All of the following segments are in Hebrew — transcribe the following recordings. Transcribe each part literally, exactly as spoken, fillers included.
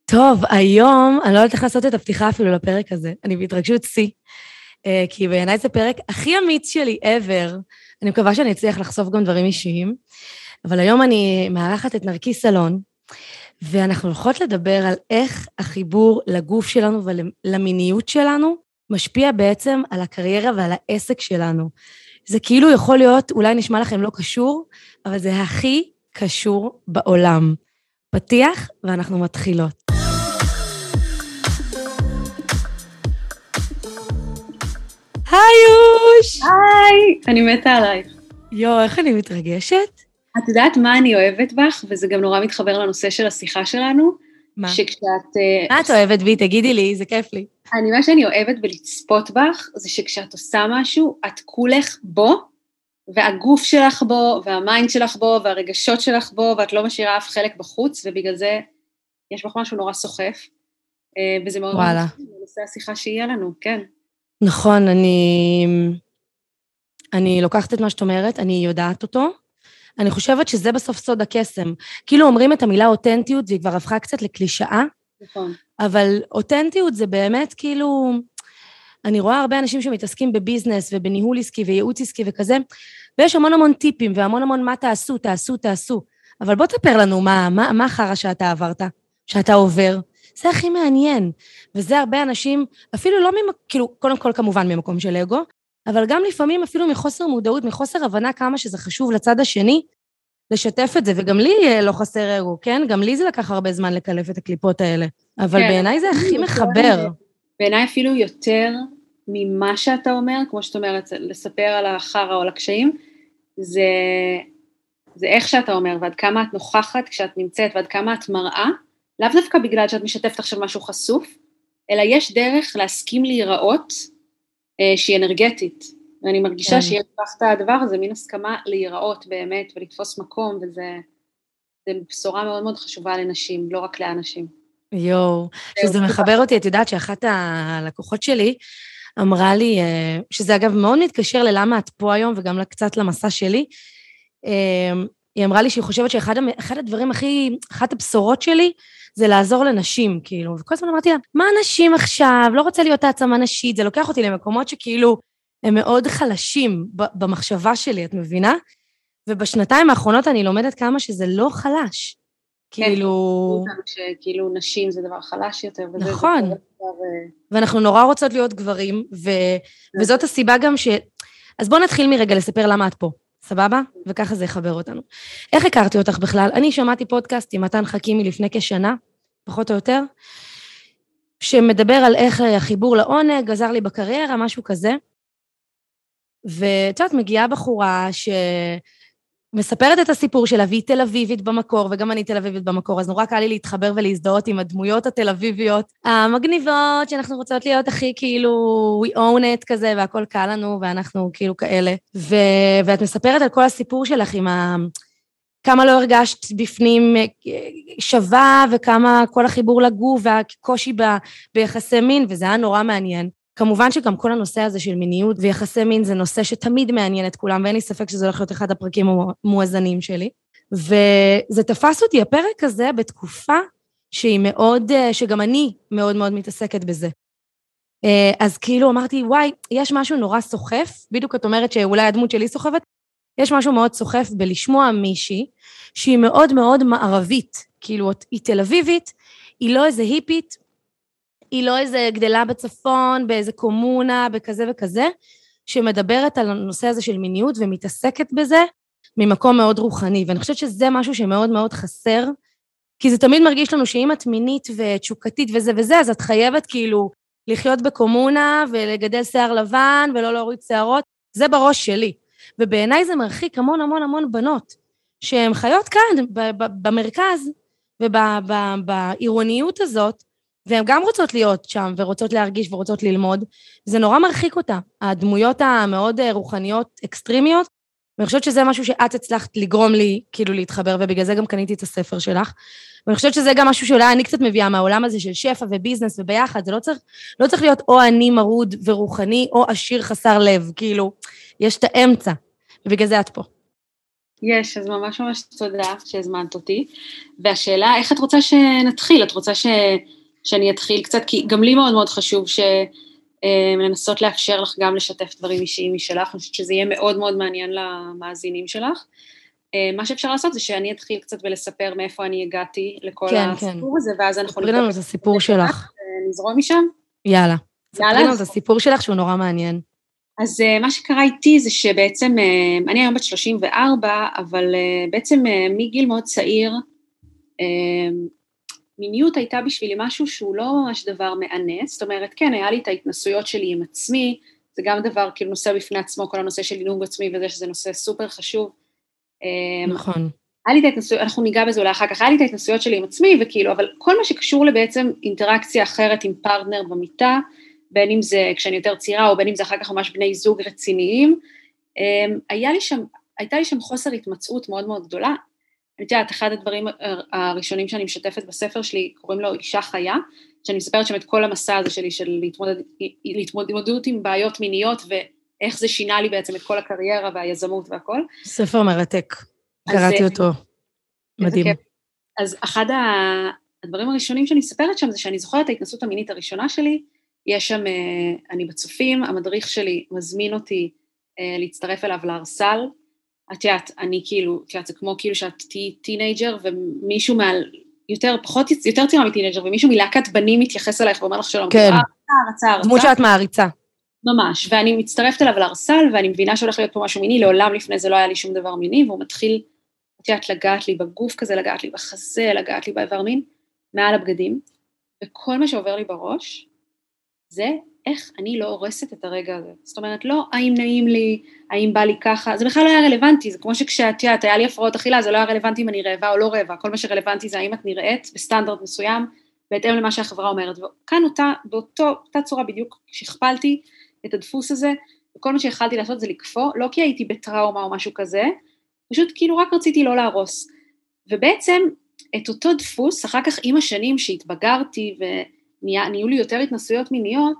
טוב, היום אני לא יודעת איך לעשות את הפתיחה אפילו לפרק הזה. אני בהתרגשות שיא, כי בעיניי זה פרק הכי אמיץ שלי ever. אני מקווה שאני אצליח לחשוף גם דברים אישיים, אבל היום אני מארחת את נרקיס אלון, ואנחנו הולכות לדבר על איך החיבור לגוף שלנו ולמיניות שלנו משפיע בעצם על הקריירה ועל העסק שלנו. זה כאילו יכול להיות, אולי נשמע לכם לא קשור, אבל זה הכי קשור בעולם. פתיח ואנחנו מתחילות. היי יוש! היי! אני מתה עלייך. יו, איך אני מתרגשת? את יודעת מה אני אוהבת בך, וזה גם נורא מתחבר לנושא של השיחה שלנו? מה? שכשאת... מה את אוהבת בי? תגידי לי, זה כיף לי. אני, מה שאני אוהבת בלצפות בך, זה שכשאת עושה משהו, את כולך בו, והגוף שלך בו, והמיינד שלך בו, והרגשות שלך בו, ואת לא משאירה אף חלק בחוץ, ובגלל זה יש בך משהו נורא סוחף, וזה מאוד מאוד נושא השיחה שיהיה לנו, כן. נכון, אני, אני לוקחת את מה שאת אומרת, אני יודעת אותו, אני חושבת שזה בסוף סוד הקסם. כאילו אומרים את המילה אותנטיות, והיא כבר הפכה קצת לקלישאה, נכון. אבל אותנטיות זה באמת כאילו, אני רואה הרבה אנשים שמתעסקים בביזנס ובניהול עסקי וייעוץ עסקי וכזה, ויש המון המון טיפים והמון המון מה תעשו, תעשו, תעשו. אבל בוא תספר לנו מה, מה, מה חרא שאתה עברת, שאתה עובר. זה הכי מעניין. וזה הרבה אנשים, אפילו לא ממקום, כאילו, קודם כל כמובן ממקום של אגו, אבל גם לפעמים אפילו מחוסר מודעות, מחוסר הבנה כמה שזה חשוב לצד השני, לשתף את זה, וגם לי לא חסר אגו, כן? גם לי זה לקח הרבה זמן לקלף את הקליפות האלה. אבל כן, בעיניי זה הכי מחבר. בעיניי אפילו יותר ממה שאתה אומר, כמו שאת אומרת, לספר על החרא או על הקשיים, זה, זה איך שאתה אומר, ועד כמה את נוכחת כשאת נמצאת, ועד כמה את מראה, לאו דווקא בגלל שאת משתפת עכשיו משהו חשוף, אלא יש דרך להסכים להיראות אה, שהיא אנרגטית. ואני מרגישה כן. שיש לך את הדבר הזה, מין הסכמה להיראות באמת, ולתפוס מקום, וזה זה בשורה מאוד מאוד חשובה לנשים, לא רק לאנשים. יואו, שזה מחבר אותי, את יודעת שאחת הלקוחות שלי אמרה לי, שזה אגב מאוד מתקשר ללמה את פה היום, וגם קצת למסע שלי, היא אמרה לי שהיא חושבת שאחד הדברים הכי, אחת הבשורות שלי, זה לעזור לנשים, כאילו, וכל הזמן אמרתי לה, מה נשים עכשיו? לא רוצה להיות העצמה נשית, זה לוקח אותי למקומות שכאילו, הם מאוד חלשים במחשבה שלי, את מבינה? ובשנתיים האחרונות אני לומדת כמה שזה לא חלש. כאילו... שכאילו נשים זה דבר חלש יותר. נכון. ואנחנו נורא רוצות להיות גברים, וזאת הסיבה גם ש... אז בואו נתחיל מרגע לספר למה את פה, סבבה? וככה זה יחבר אותנו. איך הכרתי אותך בכלל? אני שמעתי פודקאסט עם מתן חכימי לפני כשנה, פחות או יותר, שמדבר על איך החיבור לעונג, עזר לי בקריירה, משהו כזה. ואת יודעת, מגיעה בחורה ש... מספרת את הסיפור שלה, והיא תל אביבית במקור, וגם אני תל אביבית במקור, אז נורא קל לי להתחבר ולהזדהות עם הדמויות התל אביביות, המגניבות, שאנחנו רוצות להיות הכי כאילו, we own it כזה, והכל קל לנו, ואנחנו כאילו כאלה. ו... ואת מספרת על כל הסיפור שלך עם ה... כמה לא הרגשת בפנים שווה, וכמה כל החיבור לגוף, והקושי ב... ביחסי מין, וזה היה נורא מעניין. כמובן שגם כל הנושא הזה של מיניות ויחסי מין זה נושא שתמיד מעניין את כולם, ואין לי ספק שזה הולך להיות אחד הפרקים המואזנים שלי. וזה תפס אותי הפרק הזה בתקופה שהיא מאוד, שגם אני מאוד מאוד מתעסקת בזה. אז כאילו אמרתי, וואי, יש משהו נורא סוחף, בדיוק את אומרת שאולי הדמות שלי סוחפת, יש משהו מאוד סוחף בלשמוע מישהי, שהיא מאוד מאוד מערבית, כאילו היא תל אביבית, היא לא איזה היפית, היא לא איזה גדלה בצפון, באיזה קומונה, בכזה וכזה, שמדברת על הנושא הזה של מיניות, ומתעסקת בזה ממקום מאוד רוחני, ואני חושבת שזה משהו שמאוד מאוד חסר, כי זה תמיד מרגיש לנו שאם את מינית ותשוקתית וזה וזה, אז את חייבת כאילו לחיות בקומונה, ולגדל שיער לבן, ולא להוריד שערות, זה בראש שלי, ובעיניי זה מרחיק המון המון המון בנות, שהן חיות כאן, במרכז, ובעירוניות הזאת, והן גם רוצות להיות שם, ורוצות להרגיש, ורוצות ללמוד, זה נורא מרחיק אותה, הדמויות המאוד רוחניות, אקסטרימיות, ואני חושבת שזה משהו שאת הצלחת לגרום לי, כאילו להתחבר, ובגלל זה גם קניתי את הספר שלך, ואני חושבת שזה גם משהו שאולי אני קצת מביאה מהעולם הזה של שפע וביזנס וביחד, זה לא צריך, לא צריך להיות או אני מרוד ורוחני, או עשיר חסר לב, כאילו, יש את האמצע, ובגלל זה את פה. יש, אז ממש ממש תודה שהזמנת אותי, והשאלה, איך את רוצה שנתחיל? את רוצה ש... שאני אתחיל קצת, כי גם לי מאוד מאוד חשוב שלנסות לאפשר לך גם לשתף דברים אישיים משלך, אני חושבת שזה יהיה מאוד מאוד מעניין למאזינים שלך. מה שאפשר לעשות זה שאני אתחיל קצת ולספר מאיפה אני הגעתי לכל כן, הסיפור כן. הזה, ואז אנחנו ספרי לנו את הסיפור שלך. נזרום משם. יאללה. יאללה. ספרי לנו את הסיפור שלך שהוא נורא מעניין. אז מה שקרה איתי זה שבעצם, אני היום בת שלושים וארבע, אבל בעצם מגיל מאוד צעיר, מיניות הייתה בשבילי משהו שהוא לא ממש דבר מענס, זאת אומרת, כן, היה לי את ההתנסויות שלי עם עצמי, זה גם דבר כאילו נושא בפני עצמו, כל הנושא של עינוג עצמי וזה שזה נושא סופר חשוב. נכון. היה לי את ההתנסויות, אנחנו ניגע בזה אולי אחר כך, היה לי את ההתנסויות שלי עם עצמי, וכאילו, אבל כל מה שקשור לבעצם אינטראקציה אחרת עם פרטנר במיטה, בין אם זה כשאני יותר צעירה, או בין אם זה אחר כך ממש בני זוג רציניים, היה לי שם, הייתה לי שם חוסר התמצאות מאוד מאוד גדולה. אני יודעת, אחד הדברים הראשונים שאני משתפת בספר שלי, קוראים לו אישה חיה, שאני מספרת שם את כל המסע הזה שלי, של להתמודד, להתמודדות עם בעיות מיניות, ואיך זה שינה לי בעצם את כל הקריירה והיזמות והכל. ספר מרתק, קראתי אותו, מדהים. אז אחד הדברים הראשונים שאני מספרת שם, זה שאני זוכרת את ההתנסות המינית הראשונה שלי, יש שם, אני בצופים, המדריך שלי מזמין אותי להצטרף אליו לארסל, את יודעת, אני כאילו, את יודעת, זה כמו כאילו שאת טינג'ר, ומישהו מעל, יותר, פחות, יותר צעירה מטינג'ר, ומישהו מלהקת בנים מתייחס אלייך ואומר לך שלום, כן, הרצה, הרצה, הרצה. דמות שאת מעריצה. ממש, ואני מצטרפת אליו לארסל, ואני מבינה שהולך להיות פה משהו מיני, לעולם לפני זה לא היה לי שום דבר מיני, והוא מתחיל, את יודעת, לגעת לי בגוף כזה, לגעת לי בחזה, לגעת לי באיבר מין, מעל הבגדים, וכל מה שעובר לי בראש, זה איך אני לא הורסת את הרגע הזה. זאת אומרת, לא האם נעים לי, האם בא לי ככה, זה בכלל לא היה רלוונטי, זה כמו שכשאת יודעת, היה לי הפרעות אכילה, זה לא היה רלוונטי אם אני רעבה או לא רעבה, כל מה שרלוונטי זה האם את נראית בסטנדרט מסוים, בהתאם למה שהחברה אומרת, וכאן אותה, באותו, אותה צורה בדיוק, שכפלתי את הדפוס הזה, וכל מה שיכלתי לעשות זה לקפוא, לא כי הייתי בטראומה או משהו כזה, פשוט כאילו רק רציתי לא להרוס. ובעצם, את אותו דפוס, אחר כך עם השנים שהתבגרתי ונהיו לי יותר התנסויות מיניות,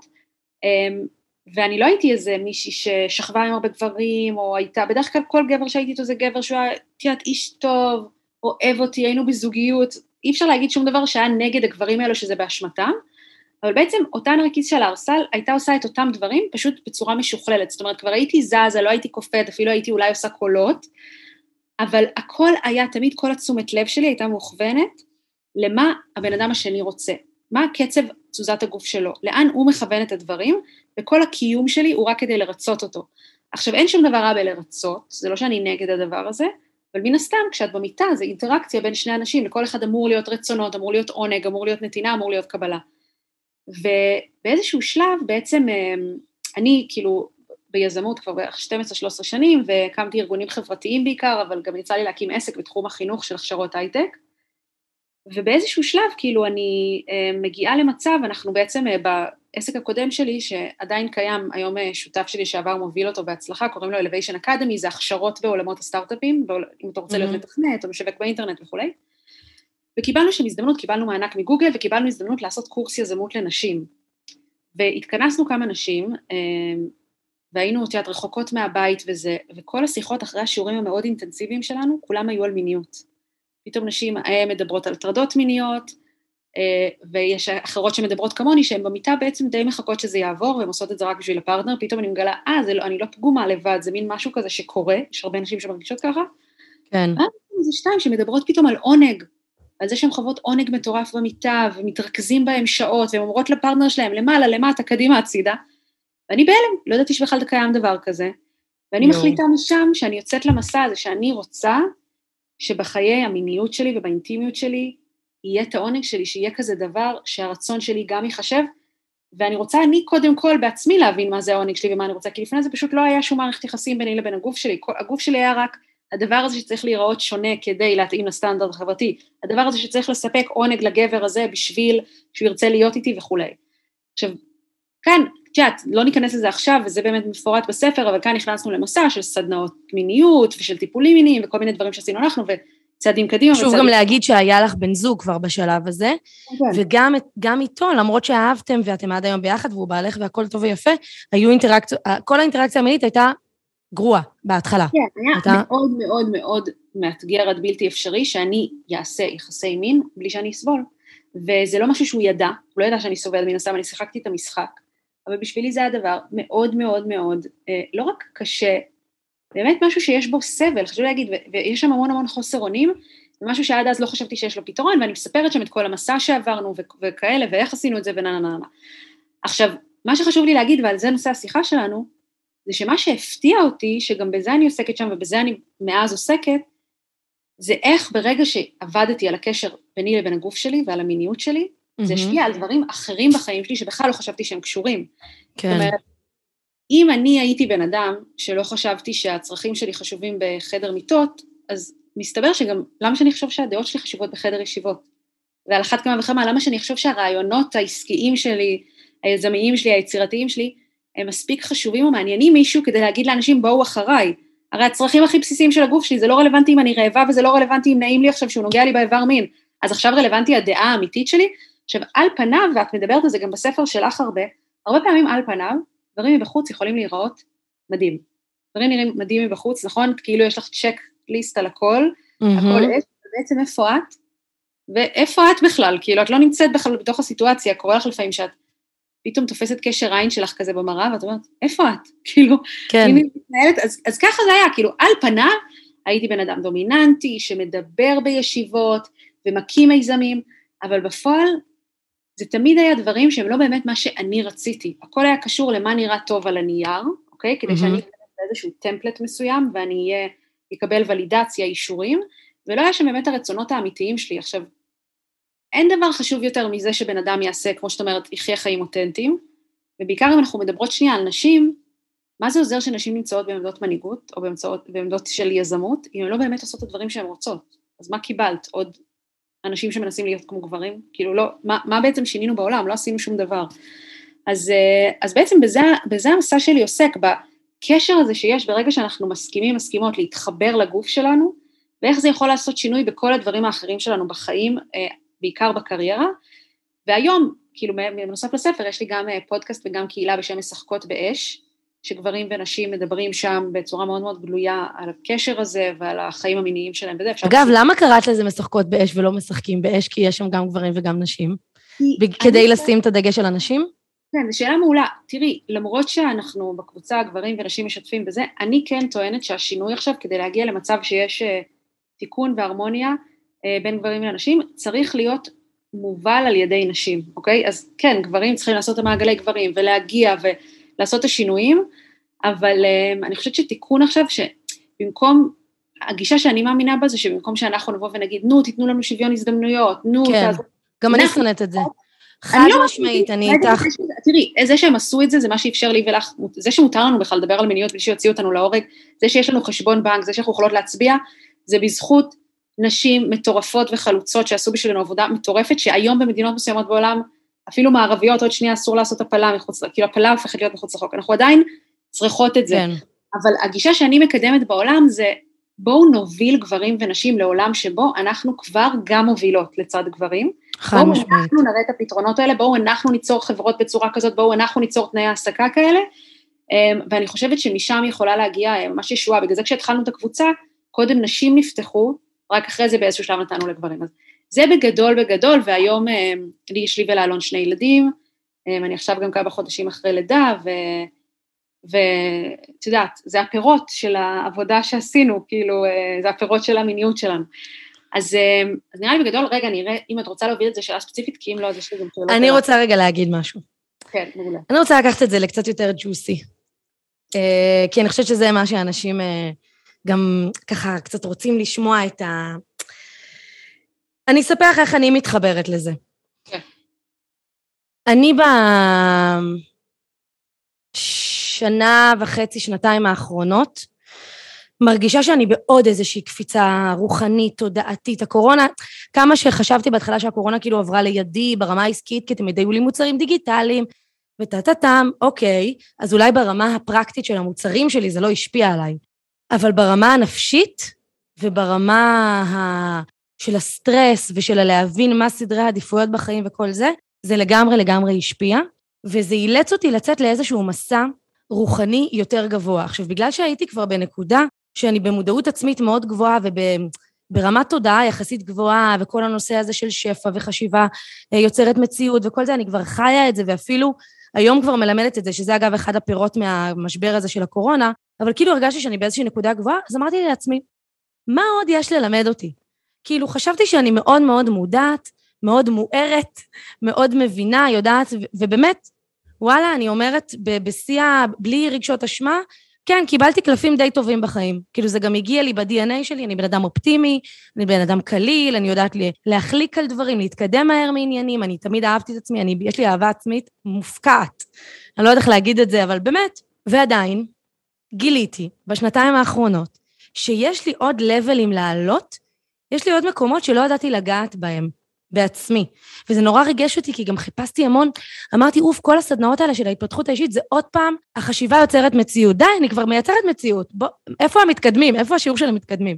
ואני לא הייתי איזה מישהי ששכבה עם הרבה גברים, או הייתה, בדרך כלל כל גבר שהייתי איתו זה גבר שהוא היה, תיאת איש טוב, אוהב אותי, היינו בזוגיות, אי אפשר להגיד שום דבר שהיה נגד הגברים האלו שזה באשמתם, אבל בעצם אותה נרקיס של הארסל הייתה עושה את אותם דברים, פשוט בצורה משוכללת, זאת אומרת, כבר הייתי זזה, לא הייתי קופאת, אפילו הייתי אולי עושה קולות, אבל הכל היה, תמיד כל התשומת לב שלי הייתה מוכוונת, למה הבן אדם השני רוצה, מה הקצב תזוזת הגוף שלו, לאן הוא מכוון את הדברים, וכל הקיום שלי הוא רק כדי לרצות אותו. עכשיו, אין שום דבר רע בלרצות, זה לא שאני נגד הדבר הזה, אבל מן הסתם, כשאת במיטה, זה אינטראקציה בין שני אנשים, לכל אחד אמור להיות רצונות, אמור להיות עונג, אמור להיות נתינה, אמור להיות קבלה. ובאיזשהו שלב, בעצם, אני כאילו ביזמות כבר בערך שתים עשרה שלוש עשרה שנים, והקמתי ארגונים חברתיים בעיקר, אבל גם יצא לי להקים עסק בתחום החינוך של הכשרות הייטק, ובאיזשהו שלב, כאילו, אני מגיעה למצב, אנחנו בעצם בעסק הקודם שלי, שעדיין קיים, היום שותף שלי שעבר מוביל אותו בהצלחה, קוראים לו Elevation Academy, זה הכשרות בעולמות הסטארט-אפים, אם אתה רוצה להיות מתכנת או משווק באינטרנט וכו'. וקיבלנו שם הזדמנות, קיבלנו מענק מגוגל, וקיבלנו הזדמנות לעשות קורס יזמות לנשים. והתכנסנו כמה נשים, והיינו אותיות רחוקות מהבית וזה, וכל השיחות אחרי השיעורים המאוד אינטנסיביים שלנו, כולם היו על מיניות. פתאום נשים מדברות על טרדות מיניות, ויש אחרות שמדברות כמוני, שהן במיטה בעצם די מחכות שזה יעבור, והן עושות את זה רק בשביל הפרטנר, פתאום אני מגלה, אה, זה לא, אני לא פגומה לבד, זה מין משהו כזה שקורה, יש הרבה נשים שמרגישות ככה, כן. אה, זה שתיים שמדברות פתאום על עונג, על זה שהן חוות עונג מטורף במיטה, ומתרכזים בהם שעות, והן אומרות לפרטנר שלהם, למעלה, למטה, קדימה, הצידה, ואני בהלם, לא ידעתי שבכלל קיים דבר כזה, ואני מחליטה משם שאני יוצאת למסע הזה, שאני רוצה שבחיי המיניות שלי ובאינטימיות שלי, יהיה את העונג שלי, שיהיה כזה דבר שהרצון שלי גם ייחשב, ואני רוצה אני קודם כל בעצמי להבין מה זה העונג שלי ומה אני רוצה, כי לפני זה פשוט לא היה שום מערכת יחסים ביני לבין הגוף שלי, הגוף שלי היה רק הדבר הזה שצריך להיראות שונה כדי להתאים לסטנדרט החברתי, הדבר הזה שצריך לספק עונג לגבר הזה בשביל שהוא ירצה להיות איתי וכו'. עכשיו, כאן, תשעת, לא ניכנס לזה עכשיו, וזה באמת מפורט בספר, אבל כאן נכנסנו למסע של סדנאות מיניות ושל טיפולים מיניים וכל מיני דברים שעשינו אנחנו, וצעדים קדימה. שוב גם להגיד שהיה לך בן זוג כבר בשלב הזה, וגם גם איתו, למרות שאהבתם ואתם עד היום ביחד, והוא בעלך והכל טוב ויפה, היו אינטראקציות, כל האינטראקציה המינית הייתה גרוע, בהתחלה. כן, היה אתה... מאוד מאוד מאוד מאתגר עד בלתי אפשרי, שאני יעשה יחסי מין, בלי שאני אסבול. וזה לא משהו שהוא ידע, הוא לא ידע שאני סובל מן הסתם, אני שיחקתי את המשחק, אבל בשבילי זה הדבר מאוד מאוד מאוד, אה, לא רק קשה, באמת משהו שיש בו סבל, חשוב להגיד, ו- ויש שם המון המון חוסר אונים, ומשהו שעד אז לא חשבתי שיש לו פתרון, ואני מספרת שם את כל המסע שעברנו ו- וכאלה, ואיך עשינו את זה ונה נה נה. עכשיו, מה שחשוב לי להגיד, ועל זה נושא השיחה שלנו, זה שמה שהפתיע אותי, שגם בזה אני עוסקת שם, ובזה אני מאז עוסקת, זה איך ברגע שעבדתי על הקשר ביני לבין הגוף שלי, ועל המיניות שלי, mm-hmm. זה השפיע על דברים אחרים בחיים שלי, שבכלל לא חשבתי שהם קשורים. כן. זאת אומרת, אם אני הייתי בן אדם, שלא חשבתי שהצרכים שלי חשובים בחדר מיטות, אז מסתבר שגם, למה שאני חושב שהדעות שלי חשובות בחדר ישיבות? ועל אחת כמה וכמה, למה שאני חושב שהרעיונות העסקיים שלי, היזמיים שלי, היצירתיים שלי, הם מספיק חשובים ומעניינים מישהו, כדי להגיד לאנשים, בואו אחריי. הרי הצרכים הכי בסיסיים של הגוף שלי, זה לא רלוונטי אם אני רעבה, וזה לא רלוונטי אם נעים לי עכשיו, שהוא נוגע לי באיבר מין. אז עכשיו רלוונטי הדעה האמיתית שלי. עכשיו, על פניו, ואת מדברת על זה גם בספר שלך הרבה, הרבה פעמים על פניו, דברים מבחוץ יכולים להיראות מדהים. דברים נראים מדהים מבחוץ, נכון? כאילו יש לך צ'ק ליסט על הכל, הכל יש, ובעצם איפה את? ואיפה את בכלל? כאילו, את לא נמצאת בכלל בתוך הסיטואציה, קורה לך לפעמים שאת פתאום תופסת קשר עין שלך כזה במראה, ואת אומרת, איפה את? כאילו, כן. אם היא מתנהלת, אז, אז ככה זה היה, כאילו, על פניו, הייתי בן אדם דומיננטי, שמדבר בישיבות, ומקים מיזמים, אבל בפועל, זה תמיד היה דברים שהם לא באמת מה שאני רציתי. הכל היה קשור למה נראה טוב על הנייר, אוקיי? כדי שאני אקבל באיזשהו טמפלט מסוים, ואני אקבל ולידציה, אישורים, ולא היה שם באמת הרצונות האמיתיים שלי. עכשיו, אין דבר חשוב יותר מזה שבן אדם יעשה, כמו שאת אומרת, יחיה חיים אותנטיים, ובעיקר אם אנחנו מדברות שנייה על נשים, מה זה עוזר שנשים נמצאות בעמדות מנהיגות, או בעמדות של יזמות, אם הן לא באמת עושות את הדברים שהן רוצות? אז מה קיבלת? עוד אנשים שמנסים להיות כמו גברים? כאילו לא, מה, מה בעצם שינינו בעולם? לא עשינו שום דבר. אז, אז בעצם בזה, בזה המסע שלי עוסק, בקשר הזה שיש ברגע שאנחנו מסכימים, מסכימות להתחבר לגוף שלנו, ואיך זה יכול לעשות שינוי בכל הדברים האחרים שלנו בחיים, בעיקר בקריירה, והיום, כאילו בנוסף לספר, יש לי גם פודקאסט וגם קהילה בשם משחקות באש, שגברים ונשים מדברים שם בצורה מאוד מאוד גלויה על הקשר הזה ועל החיים המיניים שלהם. וזה אגב, למה קראת לזה משחקות באש ולא משחקים באש? כי יש שם גם גברים וגם נשים. כדי לשים את הדגש על אנשים? כן, זו שאלה מעולה. תראי, למרות שאנחנו בקבוצה, גברים ונשים משתפים בזה, אני כן טוענת שהשינוי עכשיו, כדי להגיע למצב שיש תיקון והרמוניה בין גברים לנשים, צריך להיות מובל על ידי נשים, אוקיי? אז כן, גברים צריכים לעשות את המעגלי גברים ולהגיע ו... לעשות את השינויים, אבל um, אני חושבת שתיקון עכשיו, שבמקום, הגישה שאני מאמינה בה, זה שבמקום שאנחנו נבוא ונגיד, נו, תיתנו לנו שוויון הזדמנויות, נו, כן, תעזור. גם אני שונאת את זה. חד משמעית, אני איתך. תראי, זה שהם עשו את זה, זה מה שאפשר לי ולך, זה שמותר לנו בכלל לדבר על מיניות, בלי שיוציאו אותנו להורג, זה שיש לנו חשבון בנק, זה שאנחנו יכולות להצביע, זה בזכות נשים מטורפות וחלוצות, שעשו בשבילנו עבודה מטורפת, שהיום במדינות מסוימות בעולם, אפילו מערביות, עוד שנייה אסור לעשות הפלה מחוץ, כאילו הפלה הופכת להיות מחוץ לחוק, אנחנו עדיין צריכות את זה, כן. אבל הגישה שאני מקדמת בעולם זה, בואו נוביל גברים ונשים לעולם שבו אנחנו כבר גם מובילות לצד גברים, בואו משמעית. אנחנו נראה את הפתרונות האלה, בואו אנחנו ניצור חברות בצורה כזאת, בואו אנחנו ניצור תנאי העסקה כאלה, ואני חושבת שמשם יכולה להגיע ממש ישועה, בגלל זה כשהתחלנו את הקבוצה, קודם נשים נפתחו, רק אחרי זה באיזשהו שלב נתנו לגברים, אז זה בגדול בגדול, והיום לי יש לי ולאלון שני ילדים, אני עכשיו גם כמה חודשים אחרי לידה, ואת יודעת, זה הפירות של העבודה שעשינו, כאילו, זה הפירות של המיניות שלנו. אז, אז נראה לי בגדול, רגע, נראה, אם את רוצה להוביל את זה שאלה ספציפית, כי אם לא, אז יש לי גם שאלות. אני רוצה רגע להגיד משהו. כן, מעולה. אני רוצה לקחת את זה לקצת יותר ג'וסי, כי אני חושבת שזה מה שאנשים גם ככה קצת רוצים לשמוע את ה... אני אספר לך איך אני מתחברת לזה. כן. אני בשנה וחצי, שנתיים האחרונות, מרגישה שאני בעוד איזושהי קפיצה רוחנית, תודעתית. הקורונה, כמה שחשבתי בהתחלה שהקורונה כאילו עברה לידי ברמה העסקית, כי תמיד היו לי מוצרים דיגיטליים, וטטטם, אוקיי, אז אולי ברמה הפרקטית של המוצרים שלי זה לא השפיע עליי, אבל ברמה הנפשית וברמה ה... של הסטרס ושל להבין מה סדרי העדיפויות בחיים וכל זה, זה לגמרי לגמרי השפיע, וזה אילץ אותי לצאת לאיזשהו מסע רוחני יותר גבוה. עכשיו, בגלל שהייתי כבר בנקודה שאני במודעות עצמית מאוד גבוהה וברמת תודעה יחסית גבוהה, וכל הנושא הזה של שפע וחשיבה יוצרת מציאות וכל זה, אני כבר חיה את זה, ואפילו היום כבר מלמדת את זה, שזה אגב אחד הפירות מהמשבר הזה של הקורונה, אבל כאילו הרגשתי שאני באיזושהי נקודה גבוהה, אז אמרתי לעצמי, מה עוד יש ללמד אותי? כאילו חשבתי שאני מאוד מאוד מודעת, מאוד מוארת, מאוד מבינה, יודעת, ובאמת, וואלה, אני אומרת, בשיא, בלי רגשות אשמה, כן, קיבלתי קלפים די טובים בחיים. כאילו זה גם הגיע לי ב-די אן איי שלי, אני בן אדם אופטימי, אני בן אדם קליל, אני יודעת לי, להחליק על דברים, להתקדם מהר מעניינים, אני תמיד אהבתי את עצמי, אני, יש לי אהבה עצמית מופקעת. אני לא יודעת איך להגיד את זה, אבל באמת, ועדיין, גיליתי בשנתיים האחרונות, שיש לי עוד לבלים לעלות, יש לי עוד מקומות שלא ידעתי לגעת בהם. בעצמי, וזה נורא ריגש אותי, כי גם חיפשתי המון, אמרתי, אוף, כל הסדנאות האלה של ההתפתחות האישית, זה עוד פעם, החשיבה יוצרת מציאות, די, אני כבר מייצרת מציאות, בוא, איפה המתקדמים, איפה השיעור של המתקדמים?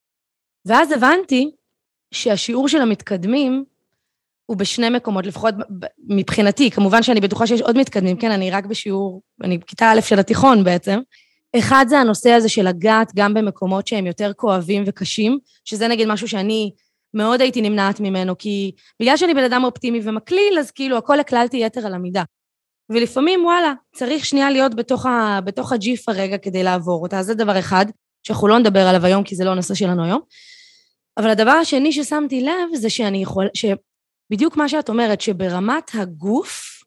ואז הבנתי, שהשיעור של המתקדמים, הוא בשני מקומות, לפחות מבחינתי, כמובן שאני בטוחה שיש עוד מתקדמים, כן, אני רק בשיעור, אני בכיתה א' של התיכון בעצם, אחד זה הנושא הזה של לגעת, גם במקומות שהם יותר כואבים וקשים, שזה נגיד משהו שאני, מאוד הייתי נמנעת ממנו, כי בגלל שאני בן אדם אופטימי ומקליל, אז כאילו הכל הקללתי יתר על המידה. ולפעמים, וואלה, צריך שנייה להיות בתוך, ה, בתוך הג'יף הרגע כדי לעבור אותה, אז זה דבר אחד, שאנחנו לא נדבר עליו היום, כי זה לא הנושא שלנו היום. אבל הדבר השני ששמתי לב, זה שאני יכול, שבדיוק מה שאת אומרת, שברמת הגוף,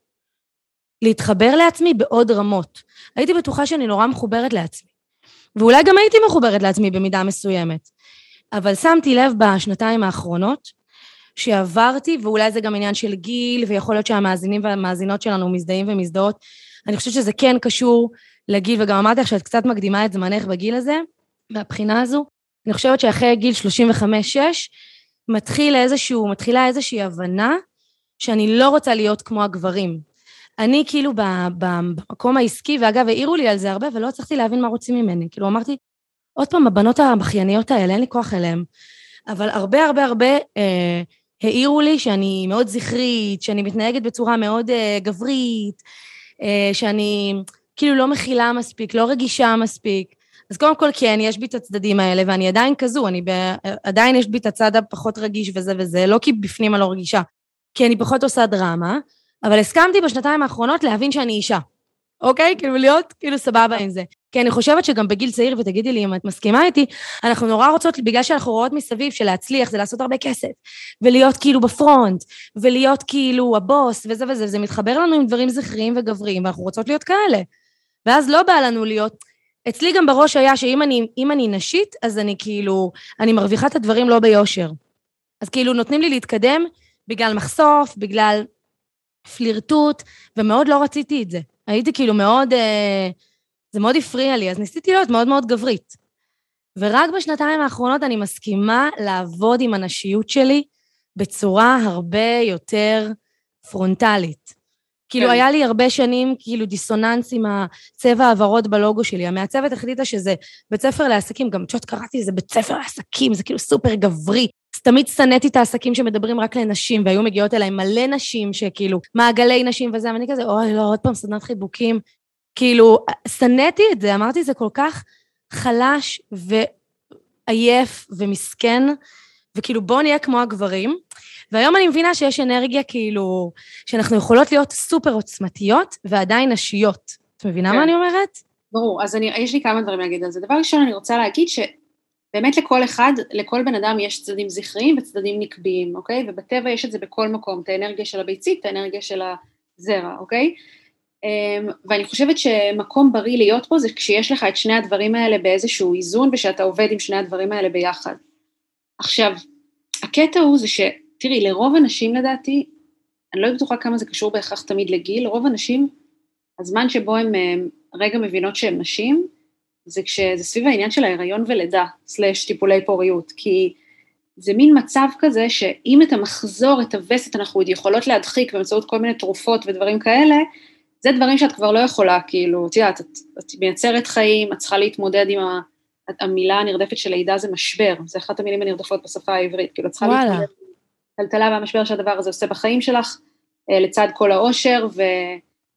להתחבר לעצמי בעוד רמות. הייתי בטוחה שאני נורא מחוברת לעצמי. ואולי גם הייתי מחוברת לעצמי במידה מסוימת. אבל שמתי לב בשנתיים האחרונות, שעברתי, ואולי זה גם עניין של גיל, ויכול להיות שהמאזינים והמאזינות שלנו מזדהים ומזדהות, אני חושבת שזה כן קשור לגיל, וגם אמרתי לך שאת קצת מקדימה את זמנך בגיל הזה, מהבחינה הזו, אני חושבת שאחרי גיל שלושים וחמש שש, מתחיל איזשהו, מתחילה איזושהי הבנה, שאני לא רוצה להיות כמו הגברים. אני כאילו במקום העסקי, ואגב, העירו לי על זה הרבה, ולא הצלחתי להבין מה רוצים ממני. כאילו אמרתי, עוד פעם, הבנות הבחייניות האלה, אין לי כוח אליהם, אבל הרבה הרבה הרבה אה, העירו לי שאני מאוד זכרית, שאני מתנהגת בצורה מאוד אה, גברית, אה, שאני כאילו לא מכילה מספיק, לא רגישה מספיק, אז קודם כל כן, יש בי את הצדדים האלה, ואני עדיין כזו, אני ב... עדיין יש בי את הצד הפחות רגיש וזה וזה, לא כי בפנים אני לא רגישה, כי אני פחות עושה דרמה, אבל הסכמתי בשנתיים האחרונות להבין שאני אישה, אוקיי? כאילו להיות כאילו סבבה עם זה. כי אני חושבת שגם בגיל צעיר, ותגידי לי אם את מסכימה איתי, אנחנו נורא רוצות, בגלל שאנחנו רואות מסביב של להצליח, זה לעשות הרבה כסף, ולהיות כאילו בפרונט, ולהיות כאילו הבוס, וזה וזה, וזה מתחבר לנו עם דברים זכריים וגבריים, ואנחנו רוצות להיות כאלה. ואז לא בא לנו להיות, אצלי גם בראש היה שאם אני, אם אני נשית, אז אני כאילו, אני מרוויחה את הדברים לא ביושר. אז כאילו נותנים לי להתקדם, בגלל מחשוף, בגלל פלירטוט, ומאוד לא רציתי את זה. הייתי כאילו מאוד... זה מאוד הפריע לי, אז ניסיתי להיות מאוד מאוד גברית. ורק בשנתיים האחרונות אני מסכימה לעבוד עם הנשיות שלי בצורה הרבה יותר פרונטלית. כאילו היה לי הרבה שנים כאילו דיסוננס עם הצבע העברות בלוגו שלי. המעצבת החליטה שזה בית ספר לעסקים, גם שאת קראתי, זה בית ספר לעסקים, זה כאילו סופר גברי. תמיד סנאתי את העסקים שמדברים רק לנשים, והיו מגיעות אליי מלא נשים שכאילו מעגלי נשים וזה, ואני כזה, אוי לא, עוד פעם סדנת חיבוקים. כאילו, סנאתי את זה, אמרתי, זה כל כך חלש ועייף ומסכן, וכאילו בוא נהיה כמו הגברים, והיום אני מבינה שיש אנרגיה כאילו, שאנחנו יכולות להיות סופר עוצמתיות, ועדיין נשיות. את מבינה כן. מה אני אומרת? ברור, אז אני, יש לי כמה דברים להגיד על זה. דבר ראשון, אני רוצה להגיד שבאמת לכל אחד, לכל בן אדם יש צדדים זכריים וצדדים נקביים, אוקיי? ובטבע יש את זה בכל מקום, את האנרגיה של הביצית, את האנרגיה של הזרע, אוקיי? ואני חושבת שמקום בריא להיות פה זה כשיש לך את שני הדברים האלה באיזשהו איזון, ושאתה עובד עם שני הדברים האלה ביחד. עכשיו, הקטע הוא זה שתראי, לרוב אנשים לדעתי, אני לא בטוחה כמה זה קשור בהכרח תמיד לגיל, לרוב אנשים, הזמן שבו הם רגע מבינות שהם נשים, זה כשזה סביב העניין של ההיריון ולידה, סלש טיפולי פוריות, כי זה מין מצב כזה שאם את המחזור, את הווסת, אנחנו עוד יכולות להדחיק באמצעות כל מיני תרופות ודברים כאלה, זה דברים שאת כבר לא יכולה, כאילו, את יודעת, את, את מייצרת חיים, את צריכה להתמודד עם ה, המילה הנרדפת של לידה, זה משבר, זה אחת המילים הנרדפות בשפה העברית, כאילו, את צריכה וואלה. להתמודד עם טלטלה והמשבר שהדבר הזה עושה בחיים שלך, לצד כל האושר, ו,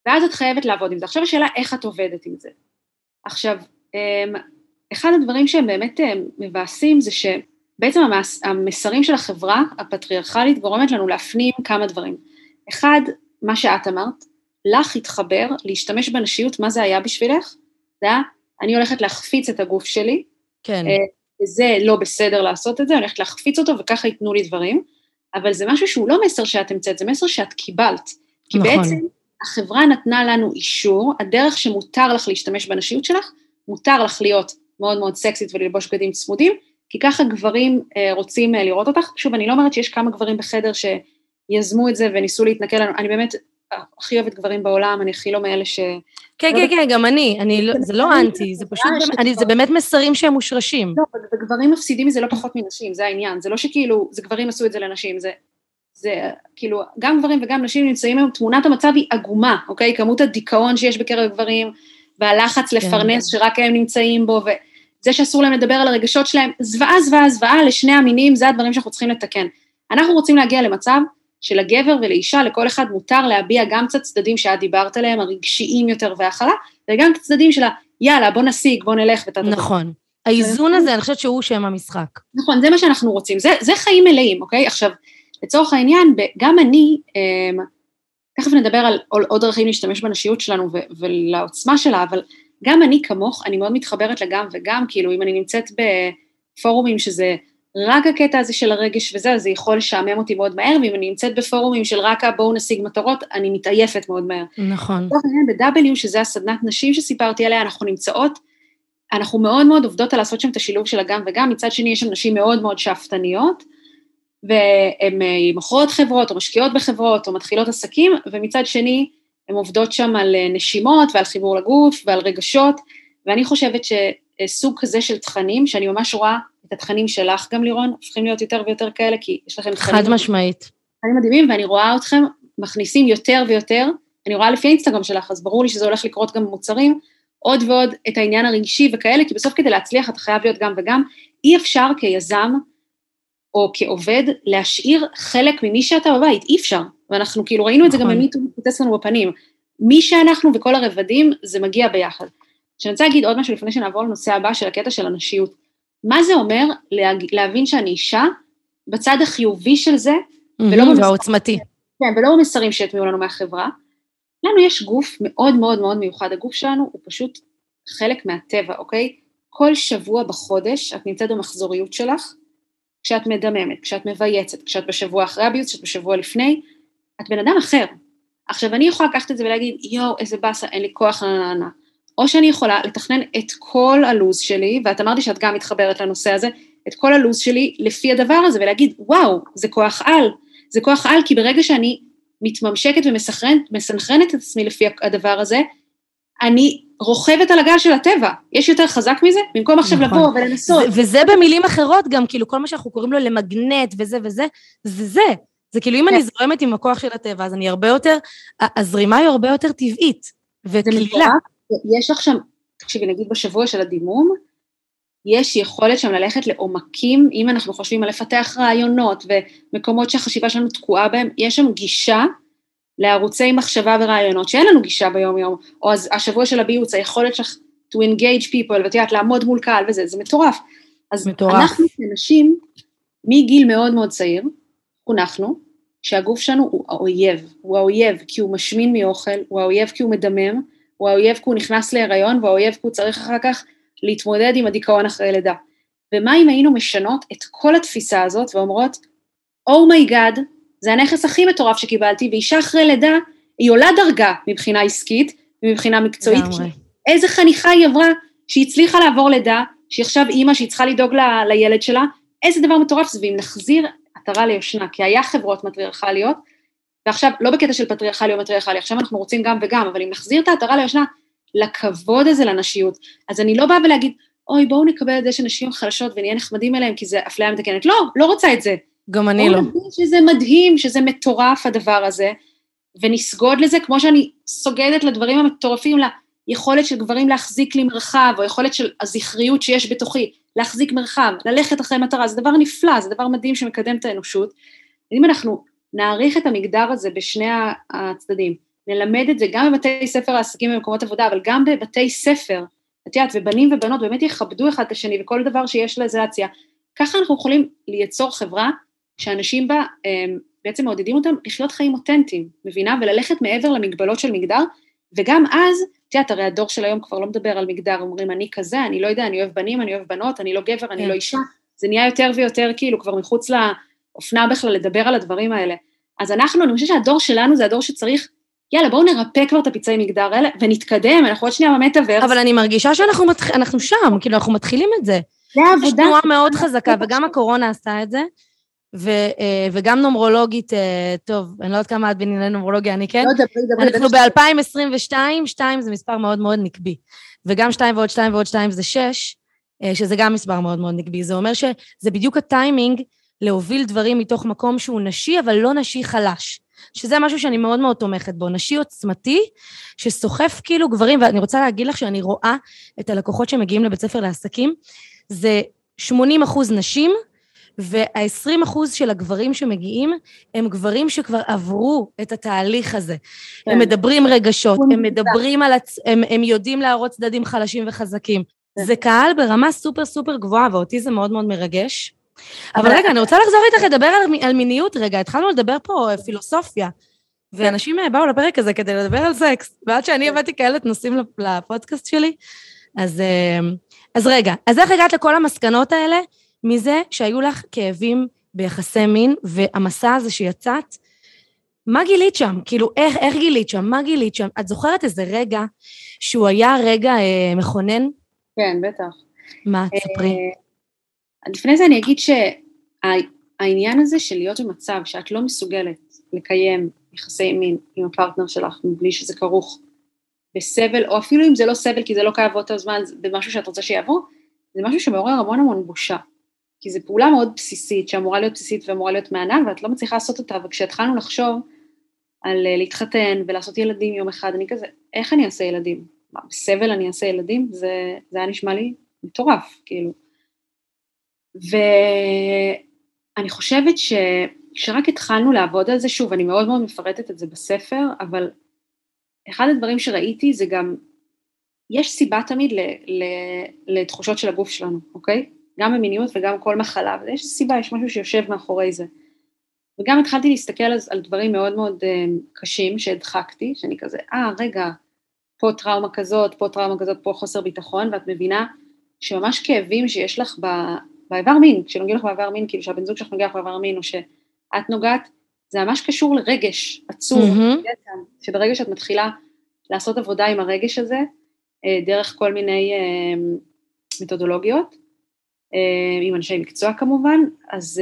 ואז את חייבת לעבוד עם זה. עכשיו השאלה איך את עובדת עם זה. עכשיו, אחד הדברים שהם באמת מבאסים זה שבעצם המסרים של החברה הפטריארכלית גורמת לנו להפנים כמה דברים. אחד, מה שאת אמרת, לך התחבר להשתמש בנשיות, מה זה היה בשבילך? זה היה, אני הולכת להחפיץ את הגוף שלי, כן. זה לא בסדר לעשות את זה, אני הולכת להחפיץ אותו וככה ייתנו לי דברים, אבל זה משהו שהוא לא מסר שאת המצאת, זה מסר שאת קיבלת. כי נכון. בעצם החברה נתנה לנו אישור, הדרך שמותר לך להשתמש בנשיות שלך, מותר לך להיות מאוד מאוד סקסית וללבוש בגדים צמודים, כי ככה גברים אה, רוצים אה, לראות אותך. שוב, אני לא אומרת שיש כמה גברים בחדר שיזמו את זה וניסו להתנכל לנו, אני באמת הכי אוהבת גברים בעולם, אני הכי לא מאלה ש... כן, כן, כן, גם אני, אני לא, זה לא אנטי, זה פשוט, אני, זה באמת מסרים שהם מושרשים. לא, וגברים מפסידים מזה לא פחות מנשים, זה העניין, זה לא שכאילו, זה גברים עשו את זה לנשים, זה, זה, כאילו, גם גברים וגם נשים נמצאים היום, תמונת המצב היא עגומה, אוקיי? כמות הדיכאון שיש בקרב גברים, והלחץ לפרנס שרק הם נמצאים בו, וזה שאסור להם לדבר על הרגשות שלהם, זוועה, זוועה, זוועה, לשני המינים, זה הדברים שאנחנו צריכים לתקן. אנחנו רוצים להגיע למצב שלגבר ולאישה, לכל אחד מותר להביע גם קצת צדדים שאת דיברת עליהם, הרגשיים יותר והאכלה, וגם צדדים של יאללה, בוא נשיג, בוא נלך ותת... נכון. האיזון הזה, אני חושבת שהוא שם המשחק. נכון, זה מה שאנחנו רוצים. זה, זה חיים מלאים, אוקיי? עכשיו, לצורך העניין, גם אני, תכף נדבר על עוד דרכים להשתמש בנשיות שלנו ולעוצמה שלה, אבל גם אני כמוך, אני מאוד מתחברת לגם וגם, כאילו, אם אני נמצאת בפורומים שזה רק הקטע הזה של הרגש וזה, אז זה יכול לשעמם אותי מאוד מהר, ואם אני נמצאת בפורומים של רק בואו נשיג מטרות, אני מתעייפת מאוד מהר. נכון. ב-W, שזה הסדנת נשים שסיפרתי עליה, אנחנו נמצאות, אנחנו מאוד מאוד עובדות על לעשות שם את השילוב של הגם וגם, מצד שני יש שם נשים מאוד מאוד שאפתניות, והן מוכרות חברות, או משקיעות בחברות, או מתחילות עסקים, ומצד שני, הן עובדות שם על נשימות, ועל חיבור לגוף, ועל רגשות, ואני חושבת שסוג כזה של תכנים, שאני ממש רואה את התכנים שלך גם לירון, הופכים להיות יותר ויותר כאלה, כי יש לכם תכנים... חד משמעית. תכנים מדהימים, ואני רואה אתכם מכניסים יותר ויותר, אני רואה לפי האינסטגרם שלך, אז ברור לי שזה הולך לקרות גם במוצרים, עוד ועוד את העניין הרגשי וכאלה, כי בסוף כדי להצליח אתה חייב להיות גם וגם, אי אפשר כיזם או כעובד להשאיר חלק ממי שאתה בבית, אי אפשר, ואנחנו כאילו ראינו את זה גם ממי תפוצץ לנו בפנים, מי שאנחנו וכל הרבדים זה מגיע ביחד. שאני רוצה להגיד עוד משהו לפני שנעבור לנושא הבא של הקטע של הנשיות, מה זה אומר להבין שאני אישה בצד החיובי של זה, והעוצמתי. כן, ולא במסרים שהטמיעו לנו מהחברה, לנו יש גוף מאוד מאוד מאוד מיוחד, הגוף שלנו הוא פשוט חלק מהטבע, אוקיי? כל שבוע בחודש את נמצאת במחזוריות שלך, כשאת מדממת, כשאת מבייצת, כשאת בשבוע אחרי הביוץ, כשאת בשבוע לפני, את בן אדם אחר. עכשיו אני יכולה לקחת את זה ולהגיד, יו, איזה בסה, אין לי כוח לנענה. או שאני יכולה לתכנן את כל הלוז שלי, ואת אמרתי שאת גם מתחברת לנושא הזה, את כל הלוז שלי לפי הדבר הזה, ולהגיד, וואו, זה כוח על. זה כוח על, כי ברגע שאני מתממשקת ומסנכרנת את עצמי לפי הדבר הזה, אני רוכבת על הגל של הטבע. יש יותר חזק מזה? במקום עכשיו לבוא ולנסות. וזה במילים אחרות גם, כאילו כל מה שאנחנו קוראים לו למגנט וזה וזה, זה זה. זה כאילו אם אני זורמת עם הכוח של הטבע, אז אני הרבה יותר, הזרימה היא הרבה יותר טבעית וכלילה. יש לך שם, תקשיבי, נגיד בשבוע של הדימום, יש יכולת שם ללכת לעומקים, אם אנחנו חושבים על לפתח רעיונות ומקומות שהחשיבה שלנו תקועה בהם, יש שם גישה לערוצי מחשבה ורעיונות, שאין לנו גישה ביום יום, או השבוע של הביוץ, היכולת שלך to engage people, ותיאת, לעמוד מול קהל וזה, זה מטורף. אז מטורף. אנחנו כנשים, מגיל מאוד מאוד צעיר, חונכנו, שהגוף שלנו הוא האויב, הוא האויב כי הוא משמין מאוכל, הוא האויב כי הוא מדמם, הוא האויב כי הוא נכנס להיריון, והוא האויב כי הוא צריך אחר כך להתמודד עם הדיכאון אחרי לידה. ומה אם היינו משנות את כל התפיסה הזאת, ואומרות, אומייגאד, זה הנכס הכי מטורף שקיבלתי, ואישה אחרי לידה, היא עולה דרגה מבחינה עסקית, ומבחינה מקצועית, איזה חניכה היא עברה, שהיא הצליחה לעבור לידה, שהיא עכשיו אימא, שהיא צריכה לדאוג ל, לילד שלה, איזה דבר מטורף זה, ואם נחזיר עטרה ליושנה, כי היה חברות מטריארכליות, ועכשיו, לא בקטע של פטריארכלי או מטריארכלי, עכשיו אנחנו רוצים גם וגם, אבל אם נחזיר את העטרה ליושנה, לכבוד הזה לנשיות, אז אני לא באה ולהגיד, אוי, בואו נקבל את זה שנשים חלשות ונהיה נחמדים אליהם, כי זה אפליה מתקנת. לא, לא רוצה את זה. גם אני לא. שזה מדהים, שזה מטורף הדבר הזה, ונסגוד לזה, כמו שאני סוגדת לדברים המטורפים, ליכולת של גברים להחזיק לי מרחב, או יכולת של הזכריות שיש בתוכי, להחזיק מרחב, ללכת אחרי מטרה, זה דבר נפלא, זה דבר מדהים שמקדם את האנושות. אם אנחנו נעריך את המגדר הזה בשני הצדדים, נלמד את זה גם בבתי ספר העסקים במקומות עבודה, אבל גם בבתי ספר, את יודעת, ובנים ובנות באמת יכבדו אחד את השני, וכל דבר שיש לזה להציע, ככה אנחנו יכולים ליצור חברה, שאנשים בה בעצם מעודדים אותם לחיות חיים אותנטיים, מבינה? וללכת מעבר למגבלות של מגדר, וגם אז, את יודעת, הרי הדור של היום כבר לא מדבר על מגדר, אומרים, אני כזה, אני לא יודע, אני אוהב בנים, אני אוהב בנות, אני לא גבר, אני לא אישה, זה נהיה יותר ויותר כאילו, כבר מחוץ לאופנה בכלל לדבר על הדברים האלה. אז אנחנו, אני חושבת שהדור שלנו זה הדור שצריך, יאללה, בואו נרפא כבר את הפיצי מגדר האלה, ונתקדם, אנחנו עוד שנייה במטאברס. אבל אני מרגישה שאנחנו מתח... אנחנו שם, כאילו, אנחנו מתחילים את זה. זה העבודה. יש תנועה מאוד חזקה, וגם הקורונה עשתה את זה, ו... וגם נומרולוגית, טוב, אני לא יודעת כמה את בענייני נומרולוגיה, אני כן? לא, דברי, דברי, אנחנו ב-אלפיים עשרים ושתיים, שתיים זה מספר מאוד מאוד נקבי, וגם שתיים ועוד שתיים ועוד שתיים זה שש, שזה גם מספר מאוד מאוד נקבי, זה אומר שזה בדיוק הטיימינג להוביל דברים מתוך מקום שהוא נשי, אבל לא נשי חלש. שזה משהו שאני מאוד מאוד תומכת בו, נשי עוצמתי, שסוחף כאילו גברים, ואני רוצה להגיד לך שאני רואה את הלקוחות שמגיעים לבית ספר לעסקים, זה שמונים אחוז נשים, וה-עשרים אחוז של הגברים שמגיעים, הם גברים שכבר עברו את התהליך הזה. כן. הם מדברים רגשות, הם מדברים על, הצ... הם, הם יודעים להראות צדדים חלשים וחזקים. כן. זה קהל ברמה סופר סופר גבוהה, ואותי זה מאוד מאוד מרגש. אבל רגע, אני רוצה לחזור איתך לדבר על, על מיניות רגע, התחלנו לדבר פה פילוסופיה, ואנשים באו לפרק הזה כדי לדבר על סקס, ועד שאני הבאתי כאלה נושאים לפודקאסט שלי, אז, אז רגע, אז איך הגעת לכל המסקנות האלה, מזה שהיו לך כאבים ביחסי מין, והמסע הזה שיצאת, מה גילית שם? כאילו, איך, איך גילית שם? מה גילית שם? את זוכרת איזה רגע, שהוא היה רגע אה, מכונן? כן, בטח. מה, תספרי. לפני זה אני אגיד שהעניין הזה של להיות במצב שאת לא מסוגלת לקיים יחסי מין עם הפרטנר שלך, מבלי שזה כרוך בסבל, או אפילו אם זה לא סבל, כי זה לא כאבות הזמן, במשהו שאת רוצה שיעבור, זה משהו שמעורר המון המון בושה, כי זו פעולה מאוד בסיסית, שאמורה להיות בסיסית ואמורה להיות מענה, ואת לא מצליחה לעשות אותה, וכשהתחלנו לחשוב על להתחתן ולעשות ילדים יום אחד, אני כזה, איך אני אעשה ילדים? מה, בסבל אני אעשה ילדים? זה, זה היה נשמע לי מטורף, כאילו. ואני חושבת ש... שרק התחלנו לעבוד על זה, שוב, אני מאוד מאוד מפרטת את זה בספר, אבל אחד הדברים שראיתי זה גם, יש סיבה תמיד ל... ל... לתחושות של הגוף שלנו, אוקיי? גם במיניות וגם כל מחלה, ויש סיבה, יש משהו שיושב מאחורי זה. וגם התחלתי להסתכל על, על דברים מאוד מאוד uh, קשים שהדחקתי, שאני כזה, אה, רגע, פה טראומה כזאת, פה טראומה כזאת, פה חוסר ביטחון, ואת מבינה שממש כאבים שיש לך ב... בעבר מין, כשנוגע לך בעבר מין, כאילו שהבן זוג שלך נוגע לך בעבר מין, או שאת נוגעת, זה ממש קשור לרגש עצור, mm-hmm. שברגע שאת מתחילה לעשות עבודה עם הרגש הזה, דרך כל מיני מתודולוגיות, עם אנשי מקצוע כמובן, אז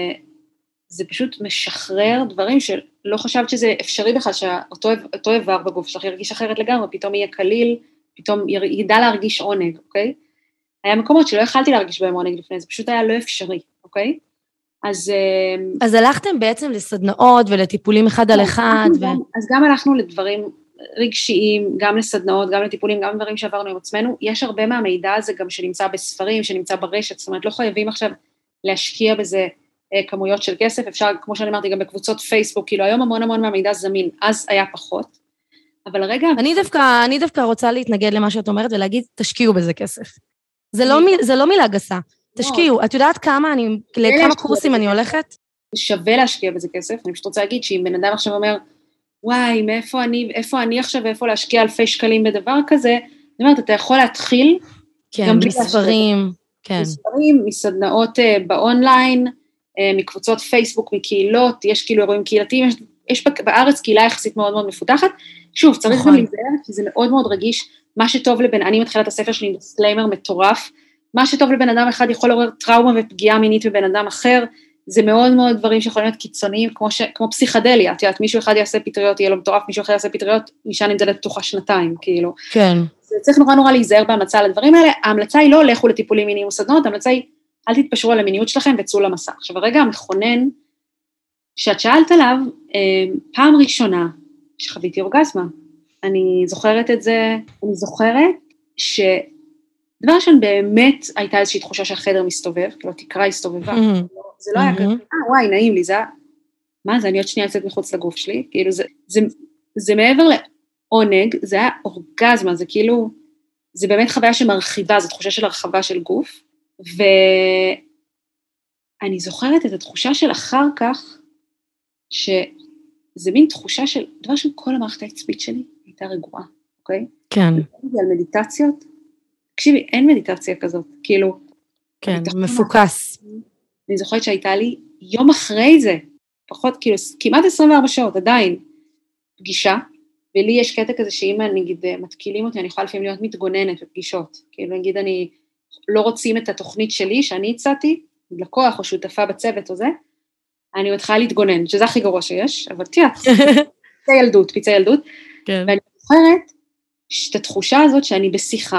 זה פשוט משחרר דברים שלא חשבת שזה אפשרי בכלל, שאותו איבר בגוף שלך ירגיש אחרת לגמרי, פתאום יהיה קליל, פתאום ידע להרגיש עונג, אוקיי? היה מקומות שלא יכלתי להרגיש בהם עונג לפני, זה פשוט היה לא אפשרי, אוקיי? אז... אז הלכתם בעצם לסדנאות ולטיפולים אחד על אחד, ו... אז גם הלכנו לדברים רגשיים, גם לסדנאות, גם לטיפולים, גם דברים שעברנו עם עצמנו, יש הרבה מהמידע הזה גם שנמצא בספרים, שנמצא ברשת, זאת אומרת, לא חייבים עכשיו להשקיע בזה כמויות של כסף, אפשר, כמו שאני אמרתי, גם בקבוצות פייסבוק, כאילו היום המון המון מהמידע זמין, אז היה פחות, אבל הרגע... אני דווקא, אני דווקא רוצה להתנגד למה שאת אומרת, ולהגיד, תשקיעו בזה כסף. זה לא, זה לא מילה גסה. תשקיעו. את יודעת כמה אני, לכמה קורסים אני הולכת? שווה להשקיע בזה כסף. אני פשוט רוצה להגיד שאם בן אדם עכשיו אומר, וואי, מאיפה אני, איפה אני עכשיו ואיפה להשקיע אלפי שקלים בדבר כזה, אני אומרת, אתה יכול להתחיל. כן, מספרים. כן. מספרים, מסדנאות באונליין, מקבוצות פייסבוק, מקהילות, יש כאילו אירועים קהילתיים, יש, יש בארץ קהילה יחסית מאוד מאוד מפותחת. שוב, צריך גם להיזהר, כי זה מאוד מאוד רגיש, מה שטוב לבן, אני מתחילה את הספר שלי עם דיסקליימר מטורף, מה שטוב לבן אדם אחד יכול לעורר טראומה ופגיעה מינית בבן אדם אחר, זה מאוד מאוד דברים שיכולים להיות קיצוניים, כמו, ש, כמו פסיכדליה, את יודעת, מישהו אחד יעשה פטריות, יהיה לו מטורף, מישהו אחר יעשה פטריות, נשאר עם זה לתוכה שנתיים, כאילו. כן. זה צריך נורא נורא להיזהר בהמלצה על הדברים האלה, ההמלצה היא לא לכו לטיפולים מיניים וסדנות, ההמלצה היא, אל תתפשרו על המיניות שלכם וצאו למסע. עכשיו, הרגע המכונן, שאת שאלת עליו, פעם ראשונה שחוויתי אורגזמה, אני זוכרת את זה, אני זוכרת שדבר ראשון באמת הייתה איזושהי תחושה שהחדר מסתובב, כאילו התקרה הסתובבה, זה לא היה כזה, אה וואי נעים לי, זה מה זה, אני עוד שנייה יוצאת מחוץ לגוף שלי, כאילו זה, זה זה מעבר לעונג, זה היה אורגזמה, זה כאילו, זה באמת חוויה שמרחיבה, זו תחושה של הרחבה של גוף, ואני זוכרת את התחושה של אחר כך, שזה מין תחושה של, דבר של כל המערכת העצבית שלי, הייתה רגועה, אוקיי? כן. זה על מדיטציות, תקשיבי, אין מדיטציה כזאת, כאילו, כן, מפוקס. אני זוכרת שהייתה לי יום אחרי זה, פחות, כאילו, כמעט עשרים וארבע שעות, עדיין, פגישה, ולי יש קטע כזה שאם נגיד מתקילים אותי, אני יכולה לפעמים להיות מתגוננת בפגישות, כאילו נגיד אני לא רוצים את התוכנית שלי, שאני הצעתי, לקוח או שותפה בצוות או זה, אני מתחילה להתגונן, שזה הכי גרוע שיש, אבל תראה, פיצי ילדות, פיצי ילדות, כן. ואני זוכרת שאת התחושה הזאת שאני בשיחה,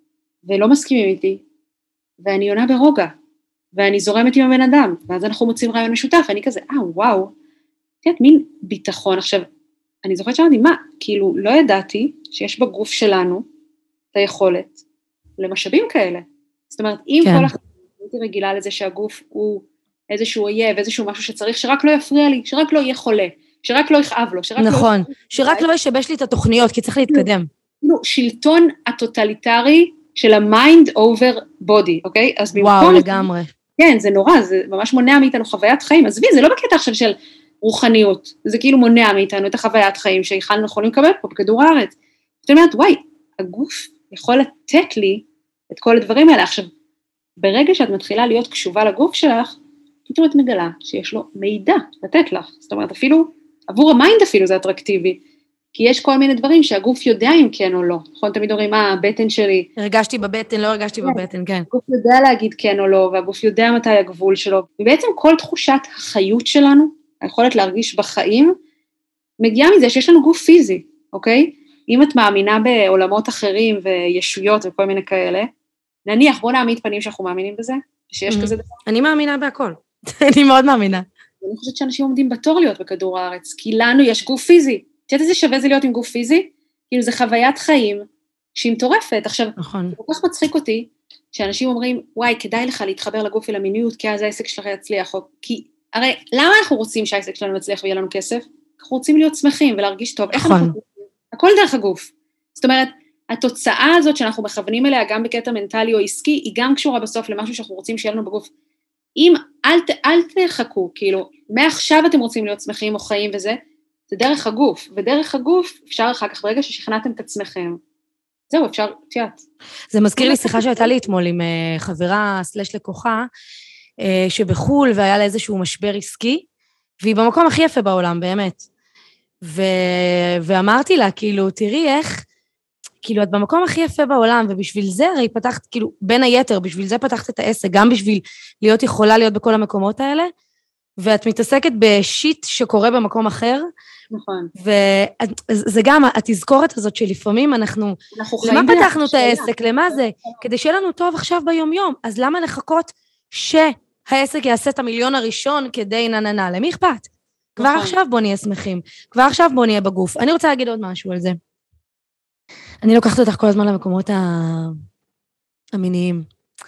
ולא מסכימים איתי, ואני עונה ברוגע, ואני זורמת עם הבן אדם, ואז אנחנו מוצאים רעיון משותף, ואני כזה, אה, וואו, תראה, מין ביטחון, עכשיו, אני זוכרת שאמרתי, מה, כאילו, לא ידעתי שיש בגוף שלנו את היכולת למשאבים כאלה. זאת אומרת, אם כן. כל החיים, הייתי רגילה לזה שהגוף הוא איזשהו אויב, איזשהו משהו שצריך, שרק לא יפריע לי, שרק לא יהיה חולה, שרק לא יכאב לו, שרק נכון, לא... שרק לא ישבש לי את התוכניות, כי צריך להתקדם. כאילו, שלטון הטוטליטרי של ה-mind over body, אוקיי? אז וואו, לגמרי. כן, זה נורא, זה ממש מונע מאיתנו חוויית חיים, עזבי, זה לא בקטע עכשיו של רוחניות, זה כאילו מונע מאיתנו את החוויית חיים שאנחנו יכולים לקבל פה בכדור הארץ. זאת אומרת, וואי, הגוף יכול לתת לי את כל הדברים האלה. עכשיו, ברגע שאת מתחילה להיות קשובה לגוף שלך, פתאום את מגלה שיש לו מידע לתת לך. זאת אומרת, אפילו, עבור המיינד אפילו זה אטרקטיבי, כי יש כל מיני דברים שהגוף יודע אם כן או לא. נכון, תמיד אומרים, מה, הבטן שלי... הרגשתי בבטן, לא הרגשתי בבטן, כן. הגוף יודע להגיד כן או לא, והגוף יודע מתי הגבול שלו. ובעצם כל תחושת החיות שלנו, היכולת להרגיש בחיים, מגיעה מזה שיש לנו גוף פיזי, אוקיי? אם את מאמינה בעולמות אחרים וישויות וכל מיני כאלה, נניח, בוא נעמיד פנים שאנחנו מאמינים בזה, שיש כזה דבר. אני מאמינה בהכל. אני מאוד מאמינה. אני חושבת שאנשים עומדים בתור להיות בכדור הארץ, כי לנו יש גוף פיזי. את יודעת איזה שווה זה להיות עם גוף פיזי? כאילו זה חוויית חיים שהיא מטורפת. עכשיו, זה כל כך מצחיק אותי, שאנשים אומרים, וואי, כדאי לך להתחבר לגוף ולמיניות, כי אז העסק שלך יצליח, כי הרי למה אנחנו רוצים שהעסק שלנו יצליח ויהיה לנו כסף? אנחנו רוצים להיות שמחים ולהרגיש טוב. איך אנחנו... הכל דרך הגוף. זאת אומרת, התוצאה הזאת שאנחנו מכוונים אליה, גם בקטע מנטלי או עסקי, היא גם קשורה בסוף למשהו שאנחנו רוצים שיהיה לנו בגוף. אם, אל, אל תחכו, כאילו, מעכשיו אתם רוצים להיות שמחים או חיים וזה, זה דרך הגוף, ודרך הגוף אפשר אחר כך, ברגע ששכנעתם את עצמכם, זהו, אפשר, תיאת. זה מזכיר לי שיחה שהייתה לי אתמול עם חברה סלש לקוחה, שבחול והיה לה איזשהו משבר עסקי, והיא במקום הכי יפה בעולם, באמת. ו... ואמרתי לה, כאילו, תראי איך, כאילו, את במקום הכי יפה בעולם, ובשביל זה הרי פתחת, כאילו, בין היתר, בשביל זה פתחת את העסק, גם בשביל להיות יכולה להיות בכל המקומות האלה, ואת מתעסקת בשיט שקורה במקום אחר, נכון. וזה גם, התזכורת הזאת שלפעמים אנחנו, למה פתחנו את העסק, למה זה? כדי שיהיה לנו טוב עכשיו ביום יום, אז למה לחכות שהעסק יעשה את המיליון הראשון כדי נננה? למי אכפת? כבר עכשיו בוא נהיה שמחים, כבר עכשיו בוא נהיה בגוף. אני רוצה להגיד עוד משהו על זה. אני לוקחת אותך כל הזמן למקומות המיניים.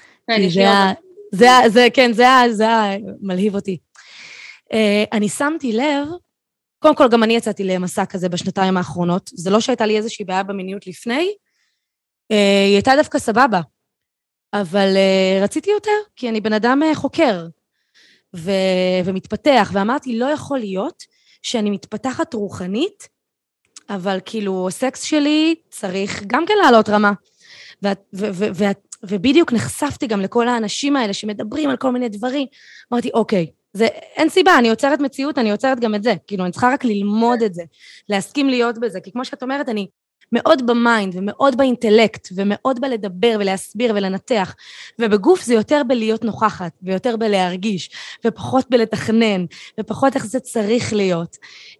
זה, כן, זה מלהיב אותי. אני שמתי לב, קודם כל גם אני יצאתי למסע כזה בשנתיים האחרונות, זה לא שהייתה לי איזושהי בעיה במיניות לפני, היא הייתה דווקא סבבה, אבל רציתי יותר, כי אני בן אדם חוקר, ו- ומתפתח, ואמרתי, לא יכול להיות שאני מתפתחת רוחנית, אבל כאילו, סקס שלי צריך גם כן לעלות רמה, ו- ו- ו- ו- ובדיוק נחשפתי גם לכל האנשים האלה שמדברים על כל מיני דברים, אמרתי, אוקיי, זה, אין סיבה, אני יוצרת מציאות, אני יוצרת גם את זה, כאילו, אני צריכה רק ללמוד את זה, להסכים להיות בזה, כי כמו שאת אומרת, אני מאוד במיינד, ומאוד באינטלקט, ומאוד בלדבר, ולהסביר, ולנתח, ובגוף זה יותר בלהיות נוכחת, ויותר בלהרגיש, ופחות בלתכנן, ופחות איך זה צריך להיות.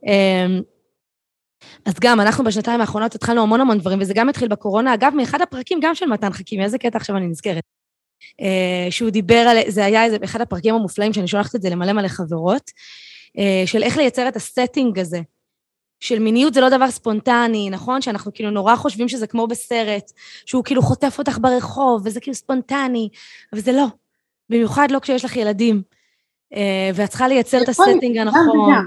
אז גם, אנחנו בשנתיים האחרונות התחלנו המון המון דברים, וזה גם התחיל בקורונה, אגב, מאחד הפרקים גם של מתן חכים, איזה קטע עכשיו אני נזכרת. Uh, שהוא דיבר על, זה היה איזה, אחד הפרקים המופלאים שאני שולחת את זה למלא מלא חברות, uh, של איך לייצר את הסטינג הזה, של מיניות זה לא דבר ספונטני, נכון? שאנחנו כאילו נורא חושבים שזה כמו בסרט, שהוא כאילו חוטף אותך ברחוב, וזה כאילו ספונטני, אבל זה לא, במיוחד לא כשיש לך ילדים, uh, ואת צריכה לייצר את הסטינג הנכון.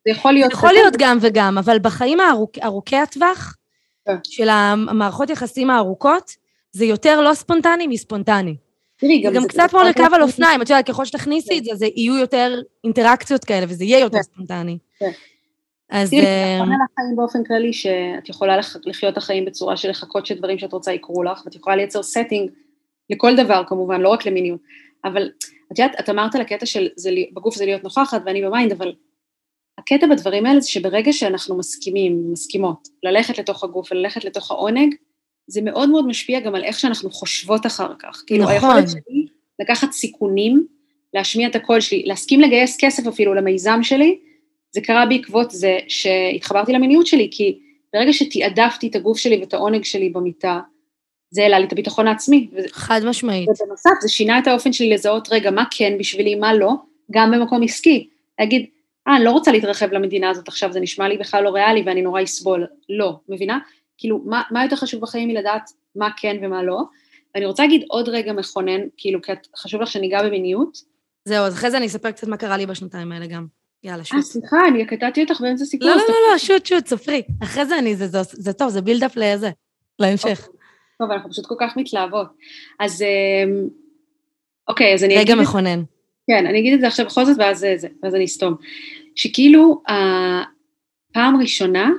זה יכול להיות... זה יכול להיות גם וגם, אבל בחיים ארוכי הטווח, של המערכות יחסים הארוכות, זה יותר לא ספונטני מספונטני. תראי, זה גם קצת כמו לרכב על אופניים, את יודעת, ככל שתכניסי את זה, זה יהיו יותר אינטראקציות כאלה, וזה יהיה יותר ספונטני. אז... תראי, זה נכון על החיים באופן כללי, שאת יכולה לחיות החיים בצורה של לחכות שדברים שאת רוצה יקרו לך, ואת יכולה לייצר סטינג לכל דבר, כמובן, לא רק למיניות. אבל, את יודעת, את אמרת על הקטע של בגוף זה להיות נוכחת, ואני במיינד, אבל הקטע בדברים האלה זה שברגע שאנחנו מסכימים, מסכימות, ללכת לתוך הגוף וללכת לתוך העונג, זה מאוד מאוד משפיע גם על איך שאנחנו חושבות אחר כך. כאילו, היכולת שלי לקחת סיכונים, להשמיע את הקול שלי, להסכים לגייס כסף אפילו למיזם שלי, זה קרה בעקבות זה שהתחברתי למיניות שלי, כי ברגע שתעדפתי את הגוף שלי ואת העונג שלי במיטה, זה העלה לי את הביטחון העצמי. חד משמעית. ובנוסף, זה שינה את האופן שלי לזהות, רגע, מה כן בשבילי, מה לא, גם במקום עסקי. להגיד, אה, אני לא רוצה להתרחב למדינה הזאת עכשיו, זה נשמע לי בכלל לא ריאלי, ואני נורא אסבול. לא, מבינה? כאילו, מה, מה יותר חשוב בחיים מלדעת מה כן ומה לא? ואני רוצה להגיד עוד רגע מכונן, כאילו, כי חשוב לך שניגע במיניות. זהו, אז אחרי זה אני אספר קצת מה קרה לי בשנתיים האלה גם. יאללה, שוט. אה, סליחה, אני קטעתי אותך באמצע סיפור. לא, לא, לא, לא, שוט, שוט, ספרי. אחרי זה אני, זה, זה, זה טוב, זה בילדאפ לזה, להמשך. טוב, אנחנו פשוט כל כך מתלהבות. אז, אוקיי, אז אני אגיד... רגע מכונן. כן, אני אגיד את זה עכשיו בכל זאת, ואז זה, ואז אני אסתום. שכאילו, הפעם ראשונה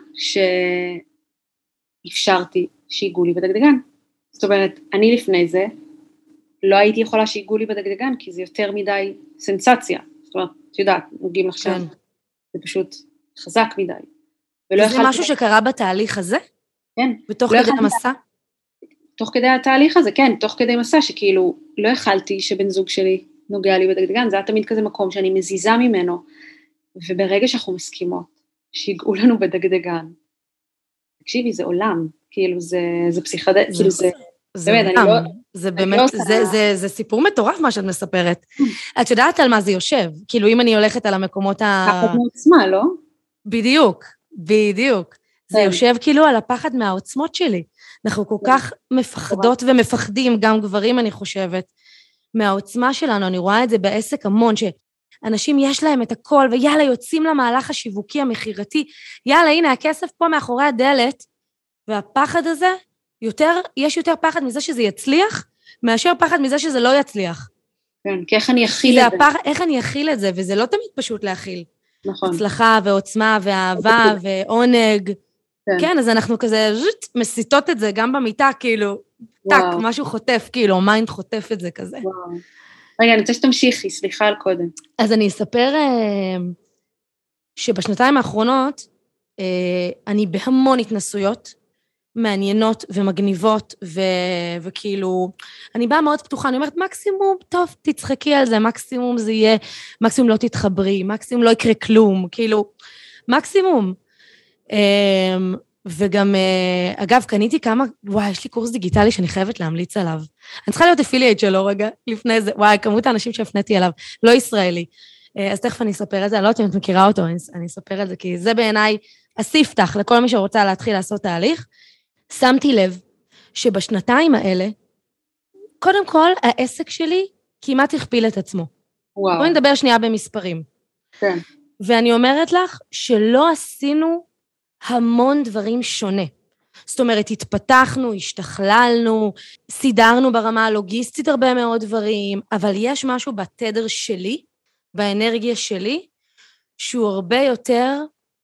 שאפשרתי שיגעו לי בדגדגן. זאת אומרת, אני לפני זה, לא הייתי יכולה שיגעו לי בדגדגן, כי זה יותר מדי סנסציה. זאת אומרת, את יודעת, נוגעים לך שם, זה פשוט חזק מדי. זה משהו שקרה בתהליך הזה? כן. בתוך כדי המסע? תוך כדי התהליך הזה, כן, תוך כדי מסע, שכאילו לא יכלתי שבן זוג שלי נוגע לי בדגדגן, זה היה תמיד כזה מקום שאני מזיזה ממנו, וברגע שאנחנו מסכימות, שיגעו לנו בדגדגן, תקשיבי, זה עולם, כאילו זה, זה פסיכדל, כאילו זה, זה באמת, אני לא... זה באמת, זה, זה, זה סיפור מטורף מה שאת מספרת. את יודעת על מה זה יושב? כאילו אם אני הולכת על המקומות ה... פחד מעוצמה, לא? בדיוק, בדיוק. זה יושב כאילו על הפחד מהעוצמות שלי. אנחנו כל כך מפחדות ומפחדים, גם גברים אני חושבת, מהעוצמה שלנו, אני רואה את זה בעסק המון, שאנשים יש להם את הכל, ויאללה, יוצאים למהלך השיווקי המחירתי, יאללה, הנה, הכסף פה מאחורי הדלת, והפחד הזה, יותר, יש יותר פחד מזה שזה יצליח, מאשר פחד מזה שזה לא יצליח. כן, כי איך אני אכיל את זה? הפח, איך אני אכיל את זה, וזה לא תמיד פשוט להכיל. נכון. הצלחה ועוצמה ואהבה ועונג, כן, אז אנחנו כזה מסיטות את זה, גם במיטה, כאילו, טק, משהו חוטף, כאילו, מיינד חוטף את זה כזה. רגע, אני רוצה שתמשיכי, סליחה על קודם. אז אני אספר שבשנתיים האחרונות, אני בהמון התנסויות, מעניינות ומגניבות, וכאילו, אני באה מאוד פתוחה, אני אומרת, מקסימום, טוב, תצחקי על זה, מקסימום זה יהיה, מקסימום לא תתחברי, מקסימום לא יקרה כלום, כאילו, מקסימום. וגם, אגב, קניתי כמה, וואי, יש לי קורס דיגיטלי שאני חייבת להמליץ עליו. אני צריכה להיות אפילייט שלו רגע, לפני זה, וואי, כמות האנשים שהפניתי אליו, לא ישראלי. אז תכף אני אספר את זה, אני לא יודעת אם את מכירה אותו, אני אספר את זה, כי זה בעיניי הספתח לכל מי שרוצה להתחיל לעשות תהליך. שמתי לב שבשנתיים האלה, קודם כל, העסק שלי כמעט הכפיל את עצמו. וואו. בואי נדבר שנייה במספרים. כן. ואני אומרת לך שלא עשינו המון דברים שונה. זאת אומרת, התפתחנו, השתכללנו, סידרנו ברמה הלוגיסטית הרבה מאוד דברים, אבל יש משהו בתדר שלי, באנרגיה שלי, שהוא הרבה יותר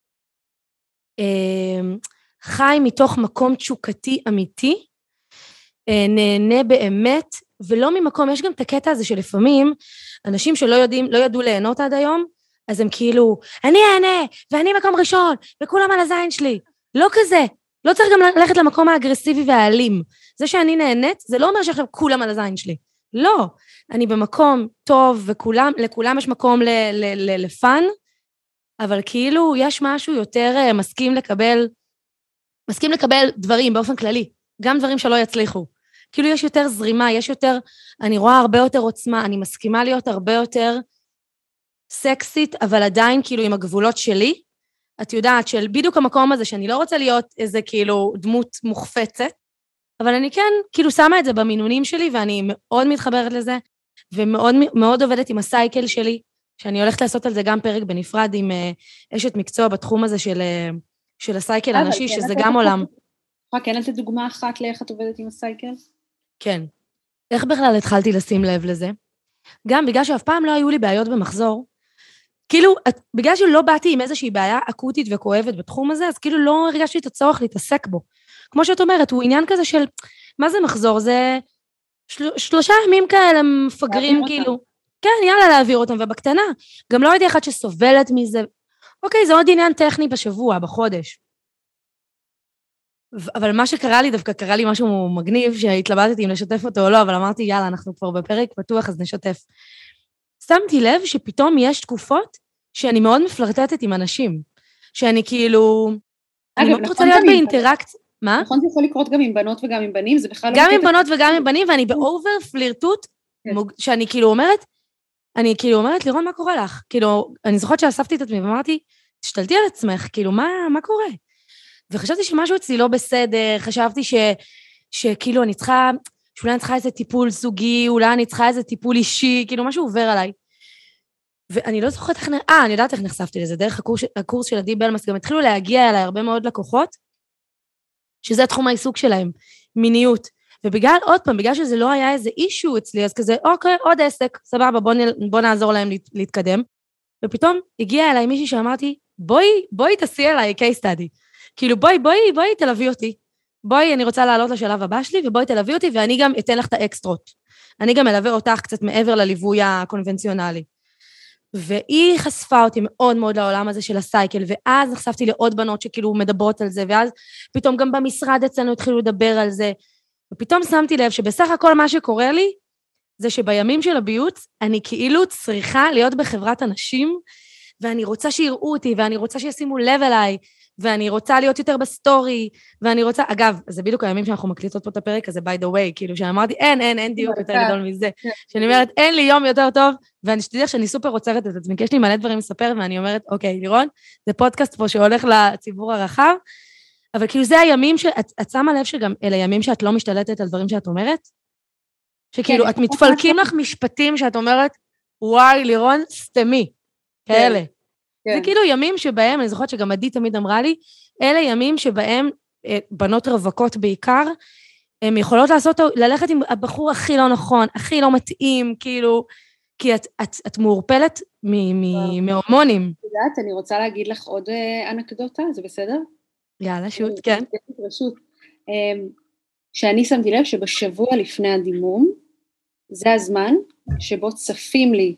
אה, חי מתוך מקום תשוקתי אמיתי, אה, נהנה באמת, ולא ממקום, יש גם את הקטע הזה שלפעמים, אנשים שלא יודעים, לא ידעו ליהנות עד היום, אז הם כאילו, אני אענה, ואני מקום ראשון, וכולם על הזין שלי. לא כזה. לא צריך גם ללכת למקום האגרסיבי והאלים. זה שאני נהנית, זה לא אומר שעכשיו כולם על הזין שלי. לא. אני במקום טוב, וכולם, לכולם יש מקום ל, ל, ל, לפן, אבל כאילו יש משהו יותר מסכים לקבל, מסכים לקבל דברים באופן כללי, גם דברים שלא יצליחו. כאילו יש יותר זרימה, יש יותר, אני רואה הרבה יותר עוצמה, אני מסכימה להיות הרבה יותר סקסית, אבל עדיין כאילו עם הגבולות שלי, את יודעת של בדיוק המקום הזה, שאני לא רוצה להיות איזה כאילו דמות מוחפצת, אבל אני כן כאילו שמה את זה במינונים שלי, ואני מאוד מתחברת לזה, ומאוד מאוד עובדת עם הסייקל שלי, שאני הולכת לעשות על זה גם פרק בנפרד עם אשת מקצוע בתחום הזה של, של הסייקל הנשי, שזה גם עולם. כן, לתת דוגמה אחת לאיך את עובדת עם הסייקל? כן. איך בכלל התחלתי לשים לב לזה? גם בגלל שאף פעם לא היו לי בעיות במחזור, כאילו, בגלל שלא באתי עם איזושהי בעיה אקוטית וכואבת בתחום הזה, אז כאילו לא הרגשתי את הצורך להתעסק בו. כמו שאת אומרת, הוא עניין כזה של, מה זה מחזור? זה של, שלושה ימים כאלה מפגרים כאילו. כן, יאללה להעביר אותם, ובקטנה. גם לא הייתי אחת שסובלת מזה. אוקיי, זה עוד עניין טכני בשבוע, בחודש. אבל מה שקרה לי, דווקא קרה לי משהו מגניב, שהתלבטתי אם לשתף אותו או לא, אבל אמרתי, יאללה, אנחנו כבר בפרק פתוח, אז נשתף. שמתי לב שפתאום יש תקופות שאני מאוד מפלרטטת עם אנשים. שאני כאילו... אני מאוד רוצה להיות באינטראקציה... מה? נכון, זה יכול לקרות גם עם בנות וגם עם בנים, זה בכלל... גם עם בנות וגם עם בנים, ואני באובר פלירטוט, שאני כאילו אומרת, אני כאילו אומרת, לירון, מה קורה לך? כאילו, אני זוכרת שאספתי את עצמי ואמרתי, תשתלטי על עצמך, כאילו, מה, מה קורה? וחשבתי שמשהו אצלי לא בסדר, חשבתי ש, שכאילו אני צריכה, שאולי אני צריכה איזה טיפול זוגי, אולי אני צריכה איזה טיפול אישי, כאילו משהו עובר עליי. ואני לא זוכרת איך, אה, אני יודעת איך נחשפתי לזה, דרך הקורס, הקורס של עדי בלמס, גם התחילו להגיע אליי הרבה מאוד לקוחות, שזה תחום העיסוק שלהם, מיניות. ובגלל, עוד פעם, בגלל שזה לא היה איזה אישו אצלי, אז כזה, אוקיי, עוד עסק, סבבה, בוא, בוא נעזור להם להת, להתקדם. ופתאום הגיע אליי מישהי שאמרתי, בואי, בואי תעשי אליי case study. כאילו, בואי, בואי, בואי תלווי אותי. בואי, אני רוצה לעלות לשלב הבא שלי, ובואי תלווי אותי, ואני גם אתן לך את האקסטרות. אני גם אלווה אותך קצת מעבר לליווי הקונבנציונלי. והיא חשפה אותי מאוד מאוד לעולם הזה של הסייקל, ואז נחשפתי לעוד בנות שכאילו מדברות על זה, ואז פתאום גם במשרד אצלנו התחילו לדבר על זה, ופתאום שמתי לב שבסך הכל מה שקורה לי, זה שבימים של הביוץ, אני כאילו צריכה להיות בחברת אנשים, ואני רוצה שיראו אותי, ואני רוצה שישימו לב אליי, ואני רוצה להיות יותר בסטורי, ואני רוצה, אגב, זה בדיוק הימים שאנחנו מקליטות פה את הפרק הזה, by the way, כאילו שאמרתי, אין, אין, אין דיוק יותר גדול מזה, שאני אומרת, אין לי יום יותר טוב, ואני שתדע שאני סופר עוצרת את עצמי, כי יש לי מלא דברים לספר, ואני אומרת, אוקיי, לירון, זה פודקאסט פה שהולך לציבור הרחב, אבל כאילו זה הימים שאת, את שמה לב שגם אלה ימים שאת לא משתלטת על דברים שאת אומרת, שכאילו, את מתפלקים לך משפטים שאת אומרת, וואי, לירון, סתמי, כאלה. זה כאילו ימים שבהם, אני זוכרת שגם עדי תמיד אמרה לי, אלה ימים שבהם בנות רווקות בעיקר, הן יכולות לעשות, ללכת עם הבחור הכי לא נכון, הכי לא מתאים, כאילו, כי את, את, את מעורפלת מהורמונים. יודעת, אני רוצה להגיד לך עוד אנקדוטה, זה בסדר? יאללה, שוט, כן. שאני שמתי לב שבשבוע לפני הדימום, זה הזמן שבו צפים לי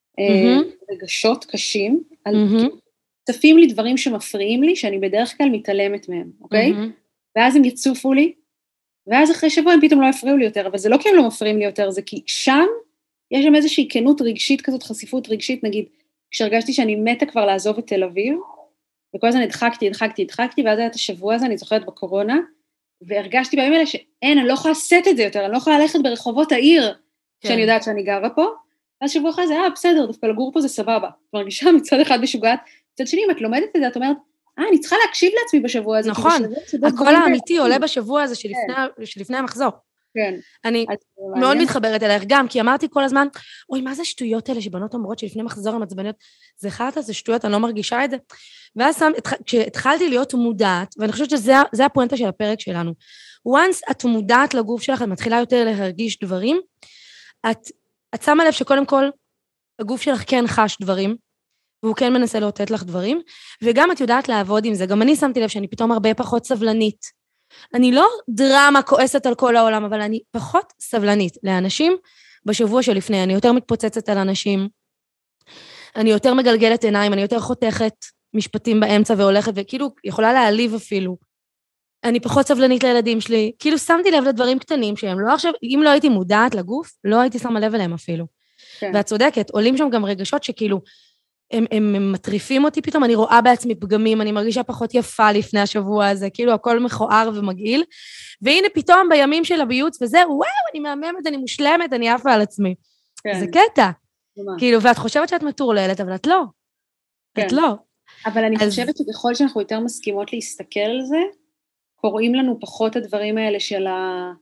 רגשות קשים, צפים לי דברים שמפריעים לי, שאני בדרך כלל מתעלמת מהם, אוקיי? ואז הם יצופו לי, ואז אחרי שבוע הם פתאום לא יפריעו לי יותר, אבל זה לא כי הם לא מפריעים לי יותר, זה כי שם יש שם איזושהי כנות רגשית כזאת, חשיפות רגשית, נגיד, כשהרגשתי שאני מתה כבר לעזוב את תל אביב, וכל הזמן הדחקתי, הדחקתי, הדחקתי, ואז היה את השבוע הזה, אני זוכרת בקורונה, והרגשתי בימים האלה שאין, אני לא יכולה לשאת את זה יותר, אני לא יכולה ללכת ברחובות העיר, שאני יודעת שאני גרה פה, ואז שבוע אחרי זה, אה, בסדר, דווקא לגור פה זה סבבה. את מרגישה מצד אחד משוגעת, מצד שני, אם את לומדת את זה, את אומרת, אה, אני צריכה להקשיב לעצמי בשבוע הזה. נכון, הכל האמיתי עולה בשבוע הזה שלפני המחזור. כן. אני מאוד מתחברת אליך גם, כי אמרתי כל הזמן, אוי, מה זה שטויות האלה שבנות אומרות שלפני מחזור הן עצבניות? זה חרטא, זה שטויות, אני לא מרגישה את זה. ואז כשהתחלתי להיות מודעת, ואני חושבת שזה הפואנטה של הפרק שלנו, once את מודעת לגוף שלך, את מתחילה יותר להרגיש דברים, את את שמה לב שקודם כל, הגוף שלך כן חש דברים, והוא כן מנסה לאותת לך דברים, וגם את יודעת לעבוד עם זה. גם אני שמתי לב שאני פתאום הרבה פחות סבלנית. אני לא דרמה כועסת על כל העולם, אבל אני פחות סבלנית לאנשים בשבוע שלפני. אני יותר מתפוצצת על אנשים, אני יותר מגלגלת עיניים, אני יותר חותכת משפטים באמצע והולכת, וכאילו יכולה להעליב אפילו. אני פחות סבלנית לילדים שלי, כאילו שמתי לב לדברים קטנים שהם לא עכשיו, אם לא הייתי מודעת לגוף, לא הייתי שמה לב אליהם אפילו. כן. ואת צודקת, עולים שם גם רגשות שכאילו, הם, הם, הם מטריפים אותי פתאום, אני רואה בעצמי פגמים, אני מרגישה פחות יפה לפני השבוע הזה, כאילו הכל מכוער ומגעיל, והנה פתאום בימים של הביוץ וזה, וואו, אני מהממת, אני מושלמת, אני עפה על עצמי. כן. זה קטע. ממש. כאילו, ואת חושבת שאת מטורללת, אבל את לא. כן. את לא. אבל אני אז... חושבת שבכל שאנחנו יותר מסכימות להסתכל על זה, קוראים לנו פחות הדברים האלה של ה...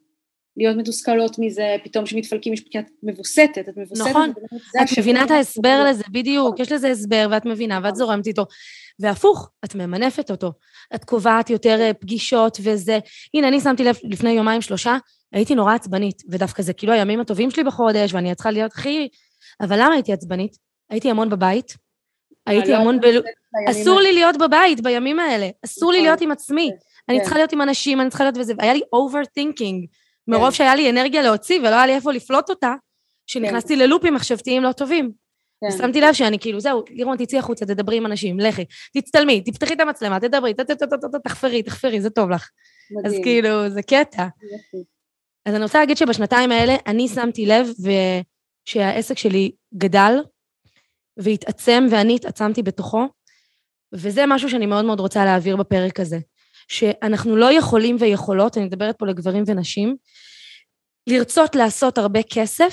להיות מתוסכלות מזה, פתאום שמתפלקים, כי את מבוסתת, את מבוסתת. נכון, את מבינה את ההסבר לזה, בדיוק, יש לזה הסבר, ואת מבינה, ואת זורמת איתו, והפוך, את ממנפת אותו, את קובעת יותר פגישות וזה, הנה, אני שמתי לב לפני יומיים שלושה, הייתי נורא עצבנית, ודווקא זה כאילו הימים הטובים שלי בחודש, ואני צריכה להיות הכי, אבל למה הייתי עצבנית? הייתי המון בבית, הייתי המון ב... אסור לי להיות בבית בימים האלה, אסור לי להיות עם עצמי, אני צריכה להיות עם אנשים, אני צריכה להיות וזה, והיה לי overthinking, מרוב שהיה לי אנרגיה להוציא, ולא היה לי איפה לפלוט אותה, שנכנסתי ללופים מחשבתיים לא טובים. ושמתי לב שאני כאילו, זהו, לירון, תצאי החוצה, תדברי עם אנשים, לכי, תצטלמי, תפתחי את המצלמה, תדברי, תחפרי, תחפרי, זה טוב לך. אז כאילו, זה קטע. אז אני רוצה להגיד שבשנתיים האלה, אני שמתי לב שהעסק שלי גדל, והתעצם, ואני התעצמתי בתוכו, וזה משהו שאני מאוד מאוד רוצה להעביר בפרק הזה. שאנחנו לא יכולים ויכולות, אני מדברת פה לגברים ונשים, לרצות לעשות הרבה כסף,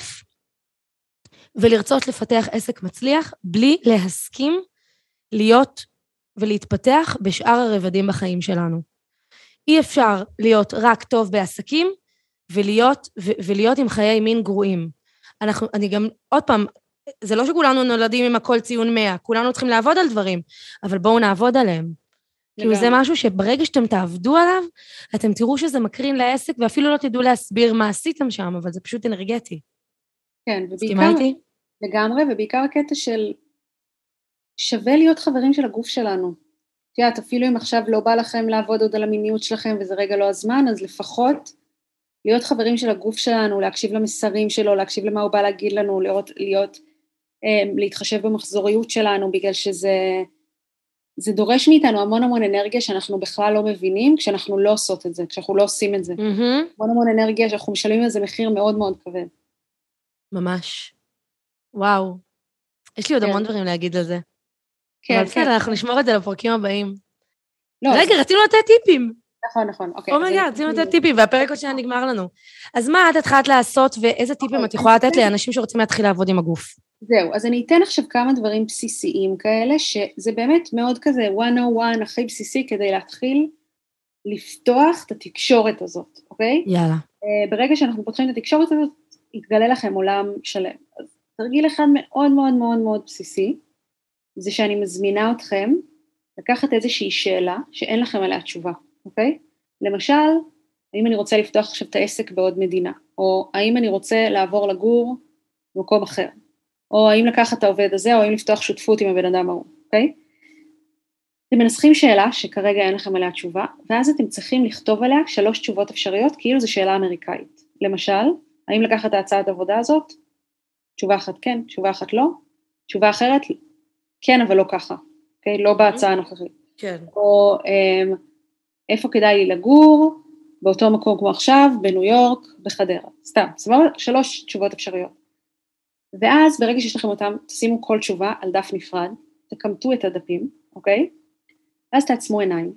ולרצות לפתח עסק מצליח, בלי להסכים להיות ולהתפתח בשאר הרבדים בחיים שלנו. אי אפשר להיות רק טוב בעסקים, ולהיות, ו- ולהיות עם חיי מין גרועים. אנחנו, אני גם, עוד פעם, זה לא שכולנו נולדים עם הכל ציון מאה, כולנו צריכים לעבוד על דברים, אבל בואו נעבוד עליהם. כאילו זה משהו שברגע שאתם תעבדו עליו, אתם תראו שזה מקרין לעסק, ואפילו לא תדעו להסביר מה עשיתם שם, אבל זה פשוט אנרגטי. כן, ובעיקר, לגמרי, ובעיקר הקטע של שווה להיות חברים של הגוף שלנו. תראה, אפילו אם עכשיו לא בא לכם לעבוד עוד על המיניות שלכם, וזה רגע לא הזמן, אז לפחות להיות חברים של הגוף שלנו, להקשיב למסרים שלו, להקשיב למה הוא בא להגיד לנו, להיות, להיות, להתחשב במחזוריות שלנו, בגלל שזה... זה דורש מאיתנו המון המון אנרגיה שאנחנו בכלל לא מבינים, כשאנחנו לא עושות את זה, כשאנחנו לא עושים את זה. Mm-hmm. המון המון אנרגיה שאנחנו משלמים על זה מחיר מאוד מאוד כבד. ממש. וואו. יש לי עוד כן. המון דברים להגיד על זה. כן, אבל בסדר, כן. אנחנו נשמור את זה לפרקים הבאים. לא, רגע, זה... רצינו לתת טיפים. נכון, נכון, אוקיי. אומייגאד, רצינו לתת טיפים, והפרק עוד שנה נגמר לנו. אז מה את התחלת לעשות, ואיזה טיפים את יכולה לתת לאנשים שרוצים להתחיל לעבוד עם הגוף? זהו, אז אני אתן עכשיו כמה דברים בסיסיים כאלה, שזה באמת מאוד כזה מאה ואחת הכי בסיסי, כדי להתחיל לפתוח את התקשורת הזאת, אוקיי? יאללה. ברגע שאנחנו פותחים את התקשורת הזאת, יתגלה לכם עולם שלם. אז תרגיל אחד מאוד מאוד מאוד מאוד בסיסי, זה שאני מזמינה אתכם לקחת איזושהי שאלה שאין לכם עליה תשובה, אוקיי? למשל, האם אני רוצה לפתוח עכשיו את העסק בעוד מדינה, או האם אני רוצה לעבור לגור במקום אחר, או האם לקחת את העובד הזה, או האם לפתוח שותפות עם הבן אדם ההוא, אוקיי? אתם מנסחים שאלה שכרגע אין לכם עליה תשובה, ואז אתם צריכים לכתוב עליה שלוש תשובות אפשריות, כאילו זו שאלה אמריקאית. למשל, האם לקחת את ההצעת העבודה הזאת? תשובה אחת כן, תשובה אחת לא. תשובה אחרת, כן, אבל לא ככה, אוקיי? לא בהצעה הנוכחית. כן. או איפה כדאי לי לגור, באותו מקום כמו עכשיו, בניו יורק, בחדרה. סתם, סבבה? שלוש תשובות אפשריות. ואז ברגע שיש לכם אותם, תשימו כל תשובה על דף נפרד, תקמטו את הדפים, אוקיי? ואז תעצמו עיניים.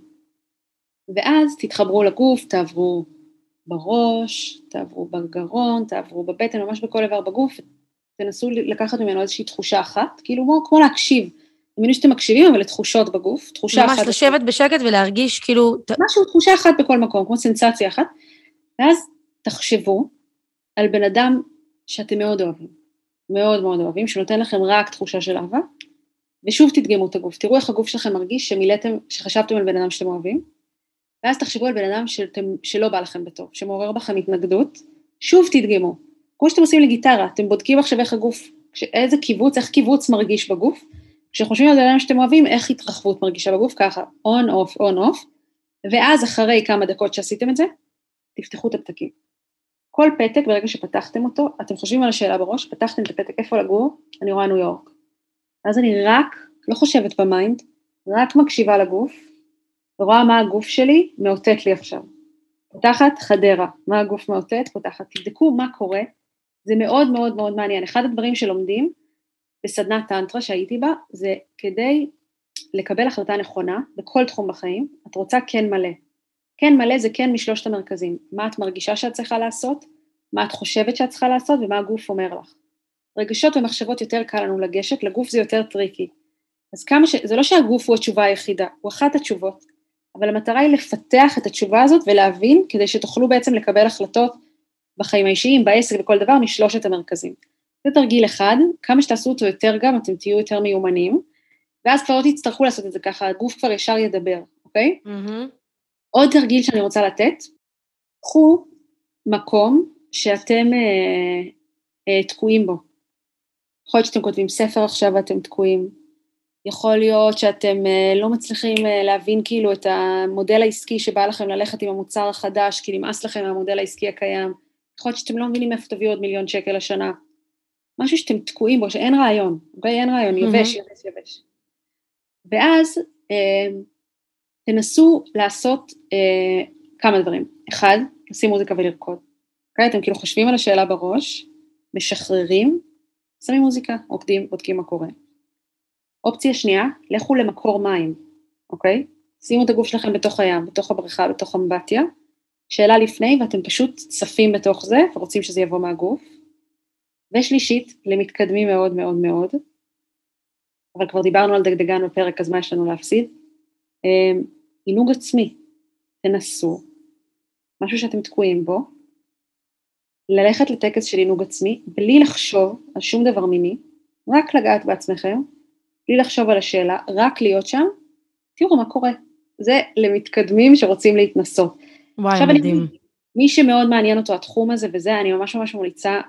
ואז תתחברו לגוף, תעברו בראש, תעברו בגרון, תעברו בבטן, ממש בכל איבר בגוף, תנסו לקחת ממנו איזושהי תחושה אחת, כאילו כמו, כמו להקשיב. תמינו שאתם מקשיבים, אבל לתחושות בגוף, תחושה ממש אחת. ממש לשבת בשקט ולהרגיש כאילו... משהו, תחושה אחת בכל מקום, כמו סנסציה אחת, ואז תחשבו על בן אדם שאתם מאוד אוהבים, מאוד מאוד אוהבים, שנותן לכם רק תחושה של אהבה, ושוב תדגמו את הגוף, תראו איך הגוף שלכם מרגיש שמילאתם, שחשבתם על בן אדם שאתם אוהבים, ואז תחשבו על בן אדם שאתם, שלא בא לכם בטוב, שמעורר בכם התנגדות, שוב תדגמו, כמו שאתם עושים לגיטרה, אתם בודקים עכשיו איך הגוף, איזה קיבוץ, איך קיבוץ מרגיש בגוף, כשחושבים על בן אדם שאתם אוהבים, איך התרחבות מרגישה בגוף, ככה, on off, on off, ואז אחרי כמה דקות שעשיתם את זה, תפתחו את הפתקים. כל פתק, ברגע שפתחתם אותו, אתם חושבים על השאלה בראש, פתחתם את הפתק, איפה לגור? אני רואה ניו יורק. אז אני רק, לא חושבת במיינד, רק מקשיבה לגוף, ורואה מה הגוף שלי מאותת לי עכשיו. פותחת חדרה, מה הגוף מאותת, פותחת, תבדקו מה קורה, זה מאוד מאוד מאוד מעניין. אחד הדברים שלומדים, בסדנת טנטרה שהייתי בה, זה כדי לקבל החלטה נכונה, בכל תחום בחיים, את רוצה כן מלא. כן מלא זה כן משלושת המרכזים, מה את מרגישה שאת צריכה לעשות, מה את חושבת שאת צריכה לעשות, ומה הגוף אומר לך. רגשות ומחשבות יותר קל לנו לגשת, לגוף זה יותר טריקי. אז כמה ש... זה לא שהגוף הוא התשובה היחידה, הוא אחת התשובות, אבל המטרה היא לפתח את התשובה הזאת ולהבין, כדי שתוכלו בעצם לקבל החלטות בחיים האישיים, בעסק, בכל דבר, משלושת המרכזים. זה תרגיל אחד, כמה שתעשו אותו יותר גם, אתם תהיו יותר מיומנים, ואז כבר לא תצטרכו לעשות את זה ככה, הגוף כבר ישר ידבר, אוקיי? Mm-hmm. עוד תרגיל שאני רוצה לתת, קחו מקום שאתם אה, אה, תקועים בו. יכול להיות שאתם כותבים ספר עכשיו ואתם תקועים, יכול להיות שאתם אה, לא מצליחים אה, להבין כאילו את המודל העסקי שבא לכם ללכת עם המוצר החדש, כי נמאס לכם מהמודל העסקי הקיים, יכול להיות שאתם לא מבינים איפה תביאו עוד מיליון שקל לשנה, משהו שאתם תקועים בו, שאין רעיון, אוקיי? אין רעיון, יבש, יבש, יבש. ואז אה, תנסו לעשות אה, כמה דברים. אחד, לשים מוזיקה ולרקוד. אוקיי? אתם כאילו חושבים על השאלה בראש, משחררים, שמים מוזיקה, רוקדים, בודקים מה קורה. אופציה שנייה, לכו למקור מים, אוקיי? שימו את הגוף שלכם בתוך הים, בתוך הבריכה, בתוך אמבטיה, שאלה לפני, ואתם פשוט צפים בתוך זה, ורוצים שזה יבוא מהגוף. ושלישית, למתקדמים מאוד מאוד מאוד, אבל כבר דיברנו על דגדגן בפרק, אז מה יש לנו להפסיד? עינוג עצמי, תנסו, משהו שאתם תקועים בו, ללכת לטקס של עינוג עצמי, בלי לחשוב על שום דבר מיני, רק לגעת בעצמכם, בלי לחשוב על השאלה, רק להיות שם, תראו מה קורה. זה למתקדמים שרוצים להתנסות. וואי, מדהים. אני, מי שמאוד מעניין אותו התחום הזה וזה, אני ממש ממש ממליצה,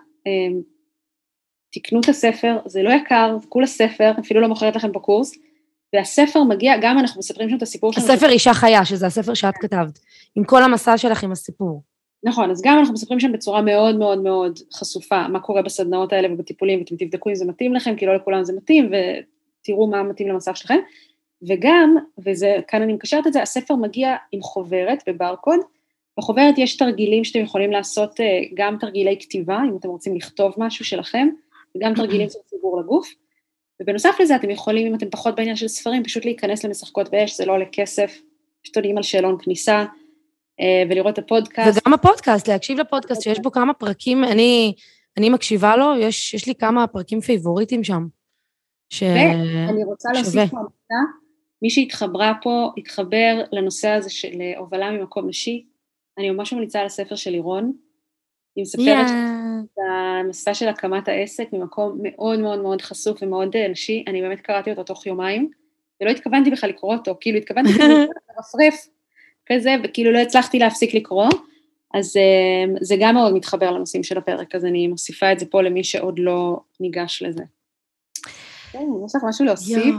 תקנו את הספר, זה לא יקר, זה כולה ספר, אפילו לא מוכרת לכם בקורס, והספר מגיע, גם אנחנו מספרים שם את הסיפור שלנו. הספר אישה חיה, שזה הספר שאת כתבת, עם כל המסע שלך עם הסיפור. נכון, אז גם אנחנו מספרים שם בצורה מאוד מאוד מאוד חשופה, מה קורה בסדנאות האלה ובטיפולים, ואתם תבדקו אם זה מתאים לכם, כי לא לכולם זה מתאים, ותראו מה מתאים למסע שלכם, וגם, וזה, כאן אני מקשרת את זה, הספר מגיע עם חוברת בברקוד, בחוברת יש תרגילים שאתם יכולים לעשות, גם תרגילי כתיבה, אם אתם רוצים לכתוב משהו שלכם, וגם תרגילים של ציבור לגוף, ובנוסף לזה אתם יכולים, אם אתם פחות בעניין של ספרים, פשוט להיכנס למשחקות באש, זה לא עולה כסף, פשוט עולים על שאלון כניסה, ולראות את הפודקאסט. וגם הפודקאסט, להקשיב לפודקאסט, שיש בו כמה פרקים, אני, אני מקשיבה לו, יש, יש לי כמה פרקים פייבוריטים שם. ש... ואני רוצה להוסיף פה, מי שהתחברה פה, התחבר לנושא הזה של הובלה ממקום נשי, אני ממש ממליצה על הספר של לירון, היא מספרת yeah. את המסע של הקמת העסק, ממקום מאוד מאוד מאוד חשוף ומאוד נשי, אני באמת קראתי אותו תוך יומיים, ולא התכוונתי בכלל לקרוא אותו, כאילו התכוונתי לרפרף כזה, וכאילו לא הצלחתי להפסיק לקרוא, אז זה גם מאוד מתחבר לנושאים של הפרק, אז אני מוסיפה את זה פה למי שעוד לא ניגש לזה. כן, יש לך משהו להוסיף?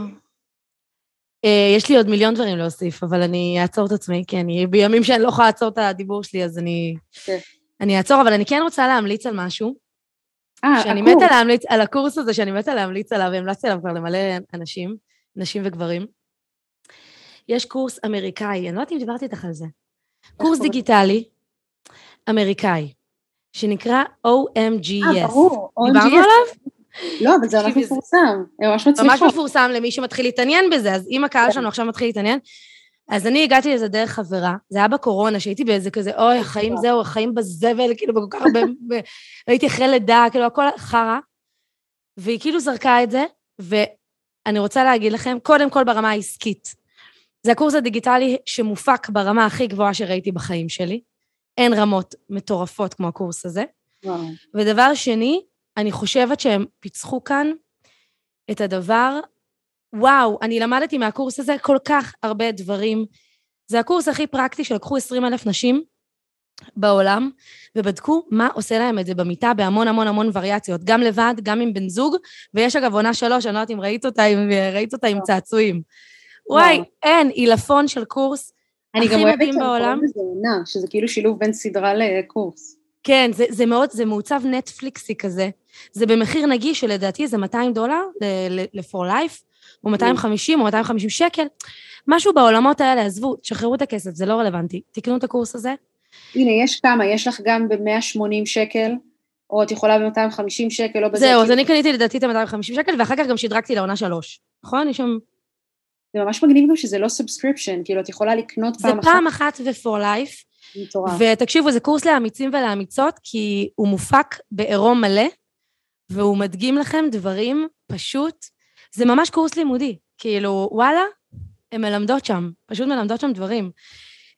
יש לי עוד מיליון דברים להוסיף, אבל אני אעצור את עצמי, כי אני בימים שאני לא יכולה לעצור את הדיבור שלי, אז אני... אני אעצור, אבל אני כן רוצה להמליץ על משהו, שאני מתה להמליץ, על הקורס הזה שאני מתה להמליץ עליו, והמלצתי עליו כבר למלא אנשים, נשים וגברים. יש קורס אמריקאי, אני לא יודעת אם דיברתי איתך על זה, קורס דיגיטלי אמריקאי, שנקרא או אם ג'י אס. אה, ברור, דיברנו עליו? לא, אבל זה ממש מפורסם, ממש מצליחות. ממש מפורסם למי שמתחיל להתעניין בזה, אז אם הקהל שלנו עכשיו מתחיל להתעניין, אז אני הגעתי לזה דרך חברה, זה היה בקורונה, שהייתי באיזה כזה, אוי, החיים זהו, החיים בזבל, כאילו, בכל כך הרבה, הייתי אחרי לידה, כאילו, הכל חרה, והיא כאילו זרקה את זה, ואני רוצה להגיד לכם, קודם כל ברמה העסקית, זה הקורס הדיגיטלי שמופק ברמה הכי גבוהה שראיתי בחיים שלי, אין רמות מטורפות כמו הקורס הזה, ודבר שני, אני חושבת שהם פיצחו כאן את הדבר, וואו, אני למדתי מהקורס הזה כל כך הרבה דברים. זה הקורס הכי פרקטי שלקחו עשרים אלף נשים בעולם, ובדקו מה עושה להם את זה במיטה, בהמון המון המון וריאציות, גם לבד, גם עם בן זוג, ויש אגב עונה שלוש, אני לא יודעת אם ראית אותה, אם ראית אותה עם צעצועים. וואי, אין, אילפון של קורס הכי מדהים בעולם. זה עונה, שזה כאילו שילוב בין סדרה לקורס. כן, זה, זה מאוד, זה מעוצב נטפליקסי כזה. זה במחיר נגיש שלדעתי זה מאתיים דולר ל-for life, או מאתיים וחמישים או מאתיים וחמישים שקל. משהו בעולמות האלה, עזבו, תשחררו את הכסף, זה לא רלוונטי. תקנו את הקורס הזה. הנה, יש כמה, יש לך גם ב-מאה ושמונים שקל, או את יכולה ב-מאתיים וחמישים שקל, לא בזה. זהו, אז אני קניתי לדעתי את ה-מאתיים וחמישים שקל, ואחר כך גם שדרגתי לעונה שלוש. נכון? יש שם... זה ממש מגניב גם שזה לא subscription, כאילו את יכולה לקנות פעם אחת. זה פעם אחת ו-for life. ותקשיבו, זה קורס לאמיצים ולאמיצות, כי הוא מופק בעירום מלא, והוא מדגים לכם דברים פשוט, זה ממש קורס לימודי, כאילו, וואלה, הן מלמדות שם, פשוט מלמדות שם דברים.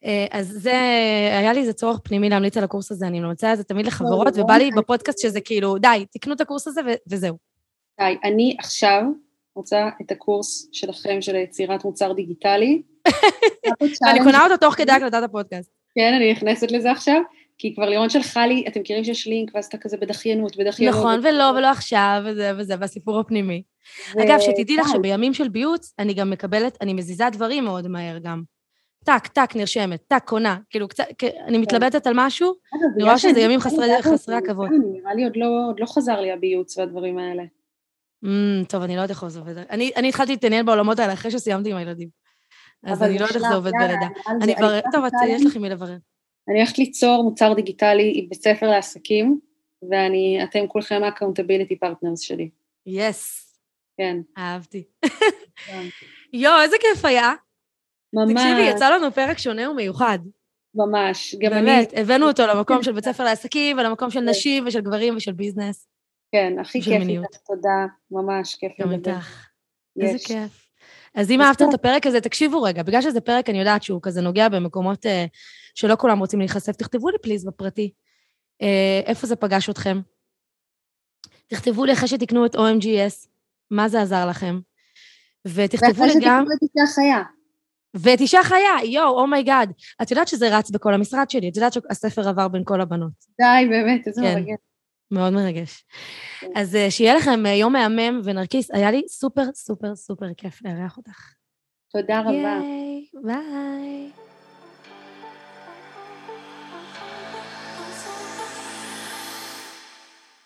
אז זה, היה לי איזה צורך פנימי להמליץ על הקורס הזה, אני ממליצה את זה תמיד לחברות, ובא לי בפודקאסט שזה כאילו, די, תקנו את הקורס הזה וזהו. די, אני עכשיו רוצה את הקורס שלכם, של יצירת מוצר דיגיטלי. ואני קונה אותו תוך כדי הקלטת הפודקאסט. כן, אני נכנסת לזה עכשיו, כי כבר לירון שלחה לי, אתם מכירים שיש לינק, ואז אתה כזה בדחיינות, בדחיינות. נכון, ולא, ולא עכשיו, וזה וזה, והסיפור הפנימי. אגב, שתדעי לך שבימים של ביוץ, אני גם מקבלת, אני מזיזה דברים מאוד מהר גם. טק, טק, נרשמת, טק, קונה. כאילו, אני מתלבטת על משהו, אני רואה שזה ימים חסרי עכבות. נראה לי עוד לא חזר לי הביוץ והדברים האלה. טוב, אני לא יודעת איך זה עובד. אני התחלתי להתעניין בעולמות האלה אחרי שסיימתי עם הילדים. אז אני לא יודעת איך זה עובד בלידה. אני כבר, טוב, יש לך מי לברר. אני הולכת ליצור מוצר דיגיטלי עם בית ספר לעסקים, ואתם כולכם ה-accountability partners שלי. יס. כן. אהבתי. יו, איזה כיף היה. ממש. תקשיבי, יצא לנו פרק שונה ומיוחד. ממש. באמת, הבאנו אותו למקום של בית ספר לעסקים, ולמקום של נשים ושל גברים ושל ביזנס. כן, הכי כיף איתך, תודה. ממש כיף לדבר. גם איתך. איזה כיף. אז אם אהבתם את הפרק הזה, תקשיבו רגע, בגלל שזה פרק אני יודעת שהוא כזה נוגע במקומות שלא כולם רוצים להיחשף, תכתבו לי פליז בפרטי. איפה זה פגש אתכם? תכתבו לי אחרי שתקנו את או אם ג'י אס, מה זה עזר לכם? ותכתבו לי גם... ואחרי שתקנו את אישה חיה. ואת אישה חיה, יואו, אומייגאד. את יודעת שזה רץ בכל המשרד שלי, את יודעת שהספר עבר בין כל הבנות. די, באמת, איזה מרגש. מאוד מרגש. אז שיהיה לכם יום מהמם ונרקיס, היה לי סופר סופר סופר כיף לארח אותך. תודה רבה. ביי.